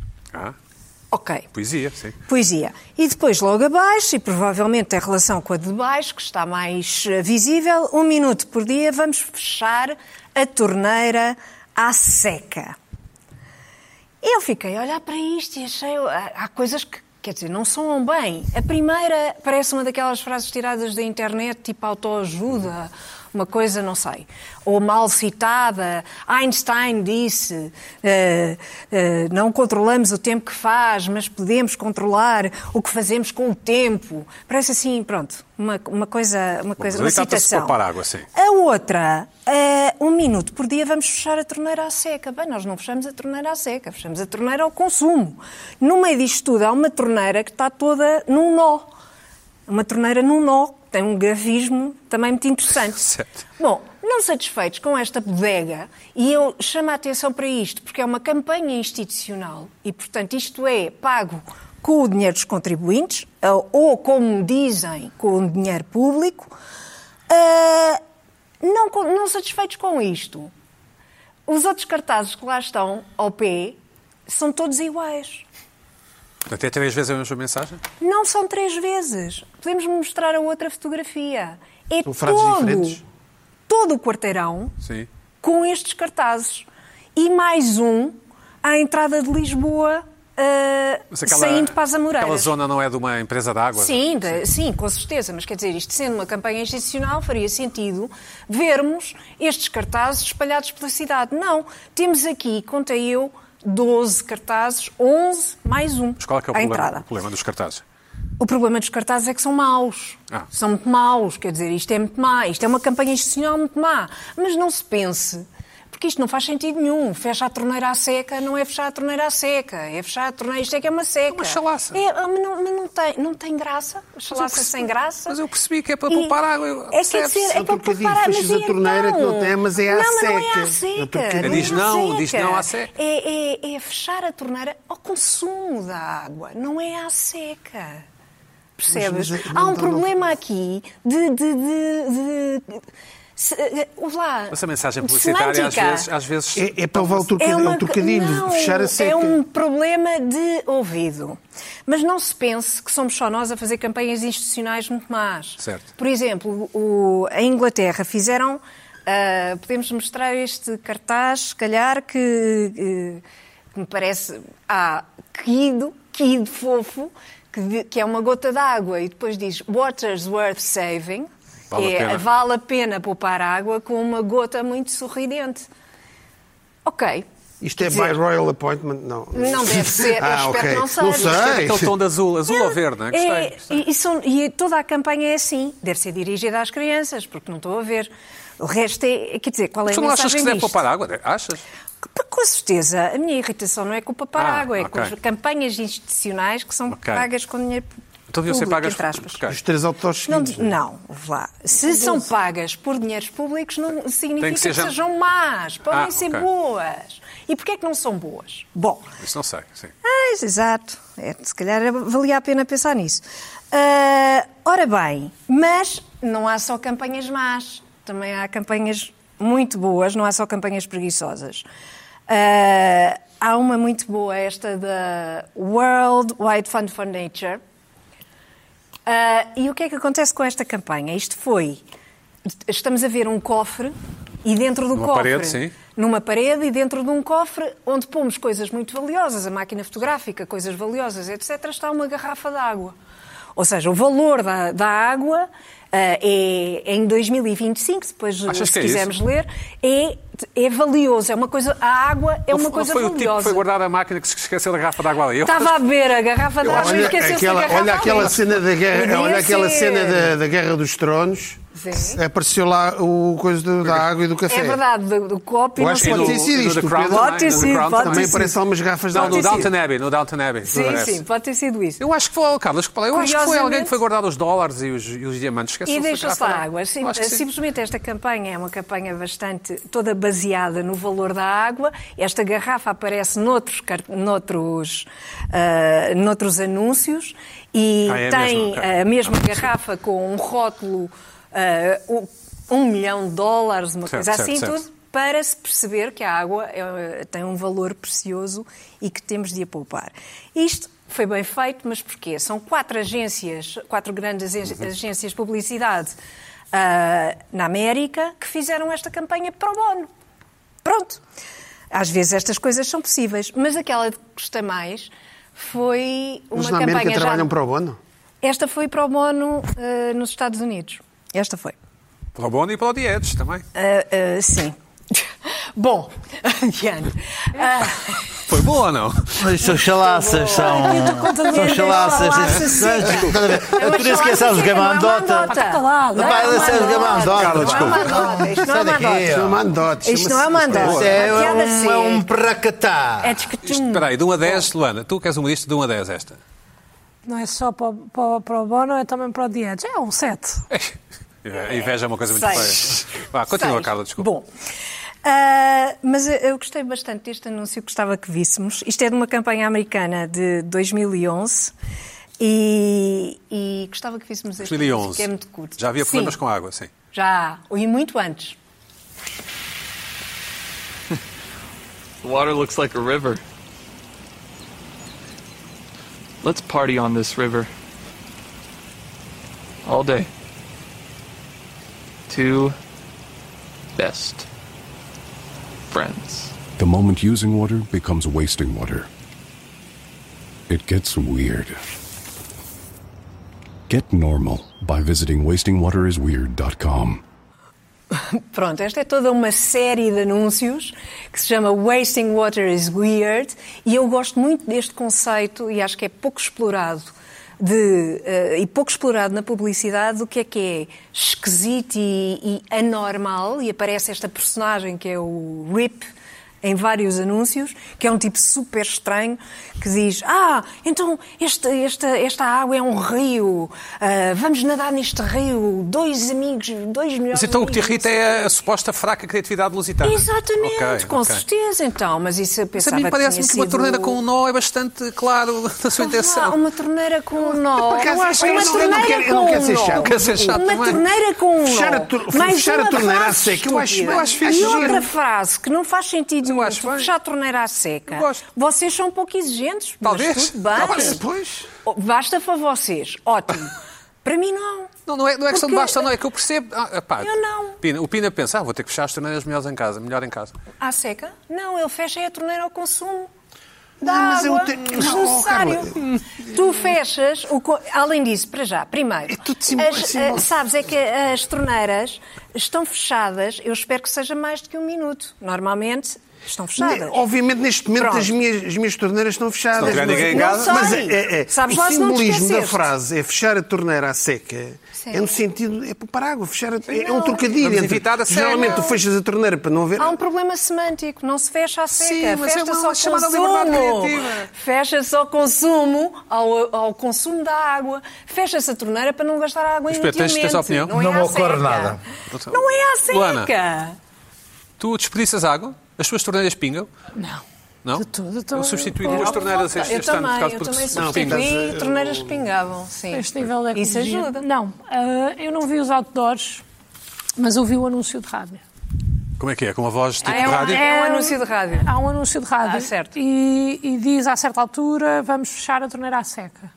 Ok. Poesia, sim. Poesia. E depois logo abaixo, e provavelmente tem relação com a de baixo, que está mais visível, 1 minuto por dia vamos fechar a torneira à seca. Eu fiquei a olhar para isto e achei... Há coisas que, quer dizer, não soam bem. A primeira parece uma daquelas frases tiradas da internet, tipo autoajuda, uma coisa, não sei, ou mal citada. Einstein disse, não controlamos o tempo que faz, mas podemos controlar o que fazemos com o tempo. Parece assim, pronto, uma coisa, uma citação. Água, sim. A outra, 1 minuto por dia vamos fechar a torneira à seca. Bem, nós não fechamos a torneira à seca, fechamos a torneira ao consumo. No meio disto tudo há uma torneira que está toda num nó. Uma torneira num nó, tem um grafismo também muito interessante. Certo. Bom, não satisfeitos com esta bodega, e eu chamo a atenção para isto, porque é uma campanha institucional e, portanto, isto é pago com o dinheiro dos contribuintes, ou, como dizem, com o dinheiro público. Não satisfeitos com isto, os outros cartazes que lá estão ao pé são todos iguais. Até 3 vezes a mesma mensagem? Não são 3 vezes. Podemos mostrar a outra fotografia. É são frases diferentes? Todo o quarteirão, sim, com estes cartazes. E mais um à entrada de Lisboa, saindo para as Amoreiras. Aquela zona não é de uma empresa de água? Sim, com certeza. Mas quer dizer, isto sendo uma campanha institucional, faria sentido vermos estes cartazes espalhados pela cidade. Não. Temos aqui, contei eu, 12 cartazes, 11 mais um. Mas qual é que é o à problema, entrada. o problema dos cartazes? O problema dos cartazes é que são maus. São muito maus, quer dizer, isto é muito má. Isto é uma campanha institucional muito má. Mas não se pense, porque isto não faz sentido nenhum. Fecha a torneira à seca, não é fechar a torneira à seca. É fechar a torneira, isto é que é uma seca. Uma chalaça. Mas não tem graça. Chalaça sem graça. Mas eu percebi que é para poupar água. É que é para poupar água. Fechas a torneira que não tem, mas é à seca. Não é à seca. Diz não à seca. É fechar a torneira ao consumo da água. Não é à seca. Percebes? Há um problema aqui Essa mensagem publicitária às vezes é para levar o trocadilho, fechar a seca. É um problema de ouvido. Mas não se pense que somos só nós a fazer campanhas institucionais muito más. Certo. Por exemplo, em Inglaterra fizeram... podemos mostrar este cartaz, se calhar, que me parece... Kid fofo, que é uma gota d'água, e depois diz Water's worth saving, vale a pena poupar água com uma gota muito sorridente. Ok. Isto é by royal appointment? Não. Não deve ser, eu espero que não seja. Não sei. Aquele tom de azul ou verde, não é? E toda a campanha é assim. Deve ser dirigida às crianças, porque não estou a ver. O resto quer dizer, qual é a mensagem disto? Tu não achas que se deve poupar água? Achas? Com certeza. A minha irritação não é com o poupar água, é com as campanhas institucionais que são pagas com dinheiro público. Então deviam ser pagas os 3 autores seguidos. Não, lá. Se são pagas por dinheiros públicos, não significa que sejam más. Podem ser boas. E porquê é que não são boas? Bom... Isso não sei, sim. Exato. Se calhar valia a pena pensar nisso. Ora bem, mas não há só campanhas más. Também há campanhas muito boas, não há só campanhas preguiçosas. Há uma muito boa, esta da World Wide Fund for Nature. E o que é que acontece com esta campanha? Estamos a ver um cofre e dentro do cofre... Numa parede e dentro de um cofre onde pomos coisas muito valiosas, a máquina fotográfica, coisas valiosas, etc., está uma garrafa de água. Ou seja, o valor da água em 2025, depois, se quisermos ler, é valioso. É uma coisa, a água é uma coisa valiosa. Foi o tipo que foi guardar a máquina que se esqueceu da garrafa de água ali. Estava a beber a garrafa de água e esqueceu-se da garrafa. Olha aquela cena da guerra, da Guerra dos Tronos. Sim. Apareceu lá o coisa da água e do café. É verdade, do copo e não sei. Pode ter sido isto. Pode ter sido. Também aparecem algumas garrafas de água. No Downton Abbey. Sim, pode ter sido isso. Eu acho que foi, Carlos, acho que foi alguém que foi guardar os dólares e os diamantes. E deixou-se lá a água. Simplesmente esta campanha é uma campanha bastante, toda baseada no valor da água. Esta garrafa aparece noutros anúncios e tem a mesma garrafa com um rótulo $1 milhão, uma coisa assim, tudo, para se perceber que a água tem um valor precioso e que temos de a poupar. Isto foi bem feito, mas porquê? São 4 grandes agências de publicidade na América que fizeram esta campanha pro bono. Pronto. Às vezes estas coisas são possíveis, mas aquela que gostei mais foi uma campanha... Mas na América trabalham pro bono? Esta foi pro bono nos Estados Unidos. Esta foi. Pro bono e pro Dietes também. Sim. Bom, Diane. Foi boa ou não? São chalaças, são chalaças. Tu nem sequer sabes o que é mandota. Vai ser o que é mandota. Isto não é mandota. Isto não é mandota. É um pracatá. Espera aí, de 1 a 10, Luana, tu que és humorista, de 1 a 10 esta. Não é só para o bono, é também para o Dietes. É um 7. A inveja é uma coisa muito feia. Continua, Carla, desculpa. Bom, mas eu gostei bastante deste anúncio, gostava que víssemos. Isto é de uma campanha americana de 2011 e gostava que víssemos este anúncio, que é muito curto. Já havia problemas com água, sim. Já, e muito antes. The water looks like a river. Let's party on this river. All day. 2 best friends. The moment using water becomes wasting water. It gets weird. Get normal by visiting wastingwaterisweird.com. Pronto, esta é toda uma série de anúncios que se chama Wasting Water is Weird e eu gosto muito deste conceito e acho que é pouco explorado e pouco explorado na publicidade do que é esquisito e anormal, e aparece esta personagem que é o Rip em vários anúncios, que é um tipo super estranho, que diz, então esta água é um rio, vamos nadar neste rio, dois melhores Mas então o que te amigos. irrita é a suposta fraca criatividade lusitana. Exatamente, com Ok. certeza, então, mas isso eu Mas a pensava mim parece-me tinha que uma sido- torneira com um nó é bastante claro na sua intenção. Uma torneira com um nó. Por acaso, Eu acho eu uma não torneira quero- eu com não quero um ser nó. chato. Não quero ser chato Uma também. torneira com um Fechar a nó. tor- Mais fechar a uma torneira à frase seca, eu acho estúpida. fixe. E outra frase que não faz sentido nenhum. acho bem. Fechar a torneira à seca. Eu gosto. Vocês são um pouco exigentes. Talvez. Mas tudo bem. Talvez. Depois... Basta para vocês. Ótimo. Para mim, não. Não é questão de Porque- basta, não. É que eu percebo. Eu não. O Pina pensa, vou ter que fechar as torneiras melhor em casa. À seca? Não, ele fecha a torneira ao consumo. Não, mas eu água tenho- desnecessário. Tu fechas, além disso, para já, primeiro, É tudo simbólico. sabes, é que as torneiras estão fechadas, eu espero que seja mais do que 1 minuto. Normalmente estão fechadas. Obviamente, neste momento, Pronto. as minhas torneiras estão fechadas. Se não tiver ninguém em Não casa- sei. Mas Sabes o lá se não te simbolismo da esqueceste. frase é fechar a torneira à seca. Sim. É no sentido, é poupar água. É um Não. trocadilho. Vamos entre- evitar a seca. Geralmente tu fechas a torneira para não haver... Há um problema semântico, não se fecha à seca, Sim, mas é fecha-se uma ao chamada liberdade consumo. criativa. Fecha-se ao consumo, ao consumo da água. Fecha-se a torneira para não gastar água Mas, Pedro, inutilmente. tens a opinião? Não, é Não me à ocorre seca. nada. Não é à seca. Luana. Tu desperdiças água? As tuas torneiras pingam? Não. Não? De tudo. Eu substituí duas torneiras Eu este ano por causa também porque substituí torneiras que pingavam. Sim. Este nível de Isso ecologia. ajuda. Não, eu não vi os outdoors, mas ouvi o anúncio de rádio. Como é que é? Com a voz tipo É um- rádio? é um anúncio de rádio. Há um anúncio de rádio. Certo. E diz, a certa altura, vamos fechar a torneira à seca.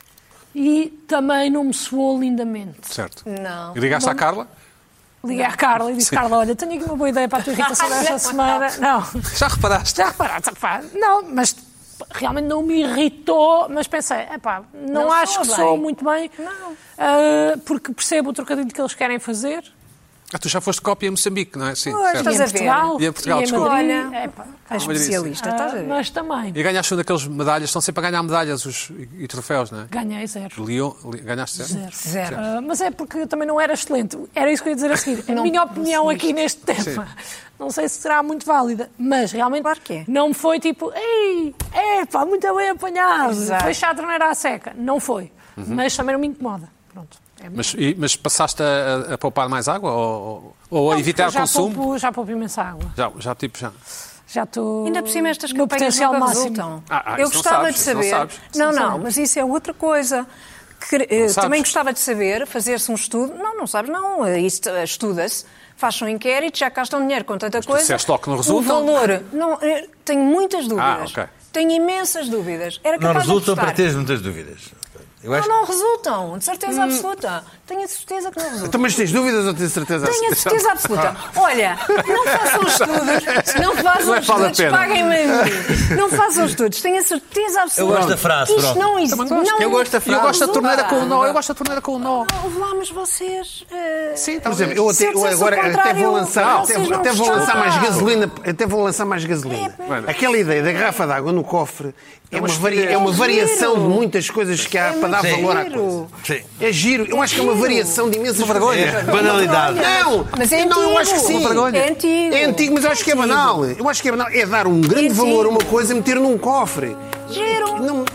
E também não me soou lindamente. Certo. Não. E ligaste à Carla? Liguei à Carla e disse, Carla, olha, tenho aqui uma boa ideia para a tua irritação desta semana. Não, Já reparaste? já reparaste, pá. Não, mas realmente não me irritou, mas pensei, não acho soa que bem. soa muito bem, Não. porque percebo o trocadilho que eles querem fazer. Tu já foste cópia em Moçambique, não é? Sim, Pois, certo. estás E em a ver. Portugal, E em Portugal, e em desculpa. Madrid, Olha, a especialista, estás a ver? mas também E ganhaste um daqueles medalhas, estão sempre a ganhar medalhas e troféus, não é? ganhei 0. Ganhaste zero? Zero. Mas é porque também não era excelente. Era isso que eu ia dizer a seguir. A minha opinião aqui neste tema, não sei se será muito válida, mas realmente Claro que é. não foi tipo, ei, muito bem apanhado, Exato. fechar a torneira à seca. Não foi. Mas também não me incomoda. Pronto. É Mas passaste a poupar mais água ou a evitar já consumo? Já poupo imensa água. Já. Já estou Ainda por cima estas no campanhas potencial nunca máximo. resultam. isso Eu não gostava sabes, de isso não saber. sabes. Não, mas isso é outra coisa. sabes. Também gostava de saber, fazer-se um estudo. Não sabes, não. Isto estuda-se. Faz um inquérito, já gastam dinheiro com tanta coisa. disseste logo que não resultam? O valor. Não, tenho muitas dúvidas. ok. Tenho imensas dúvidas. Era Não capaz de resultam para apostar. teres muitas dúvidas. Eu acho Não resultam. De certeza absoluta. Tenho a certeza que não resultam. Então, mas tens dúvidas ou tens certeza? Tenho a certeza absoluta. Olha, não façam estudos, não façam Não vale a estudos, pena. paguem-me a mim. Não façam estudos, tenho a certeza absoluta. Eu gosto da frase, Isto pronto. não existe. Não, Eu gosto da frase. Eu gosto da torneira com o nó. Resulta. Eu gosto da torneira com o nó. Ouve lá, mas vocês... Sim, Por exemplo, eu Se agora ao até contrário, vou lançar, vocês não até vou gostaram. lançar mais gasolina. Até vou lançar mais gasolina. Bueno. Aquela ideia da garrafa de água no cofre é uma estupidez. variação giro. de muitas coisas que há para dar muito valor à giro. coisa. Sim. É giro. Eu acho que é uma giro. variação de imensas vergonha. Banalidade. Não, Mas é não, eu acho que antigo. sim. É antigo. É antigo, mas eu acho que é antigo. banal. Eu acho que é banal. É dar um grande antigo. valor a uma coisa e meter num cofre. Giro. Não.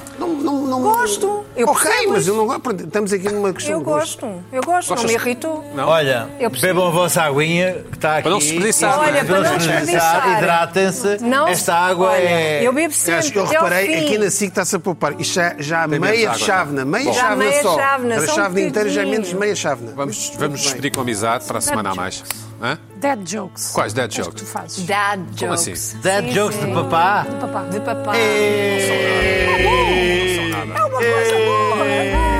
Gosto. Eu Ok, percebo mas isso. eu não gosto. Pronto, estamos aqui numa questão Eu de gosto. gosto, não me irritou. Olha, Eu percebi. bebam a vossa aguinha, que está aqui. Para não se desperdiçar, não é? Olha, para não desperdiçar. Hidratem-se. Não, Esta água olha, é... Eu bebo sempre. Eu até ao reparei, fim. aqui na SIC está-se a poupar. Isto já há Tem meia menos água, chávena. Meia Bom. Já chávena meia só. chávena, A só um chávena inteira já é bocadinho. menos meia chávena. Vamos Muito despedir com amizade para a semana a mais. Hã? Dead jokes. Quais dead É isto jokes? que tu fazes. Dad Como jokes. assim? Dad Sim, jokes sim. de papá. Papá. De papá. Não são nada. É uma coisa boa.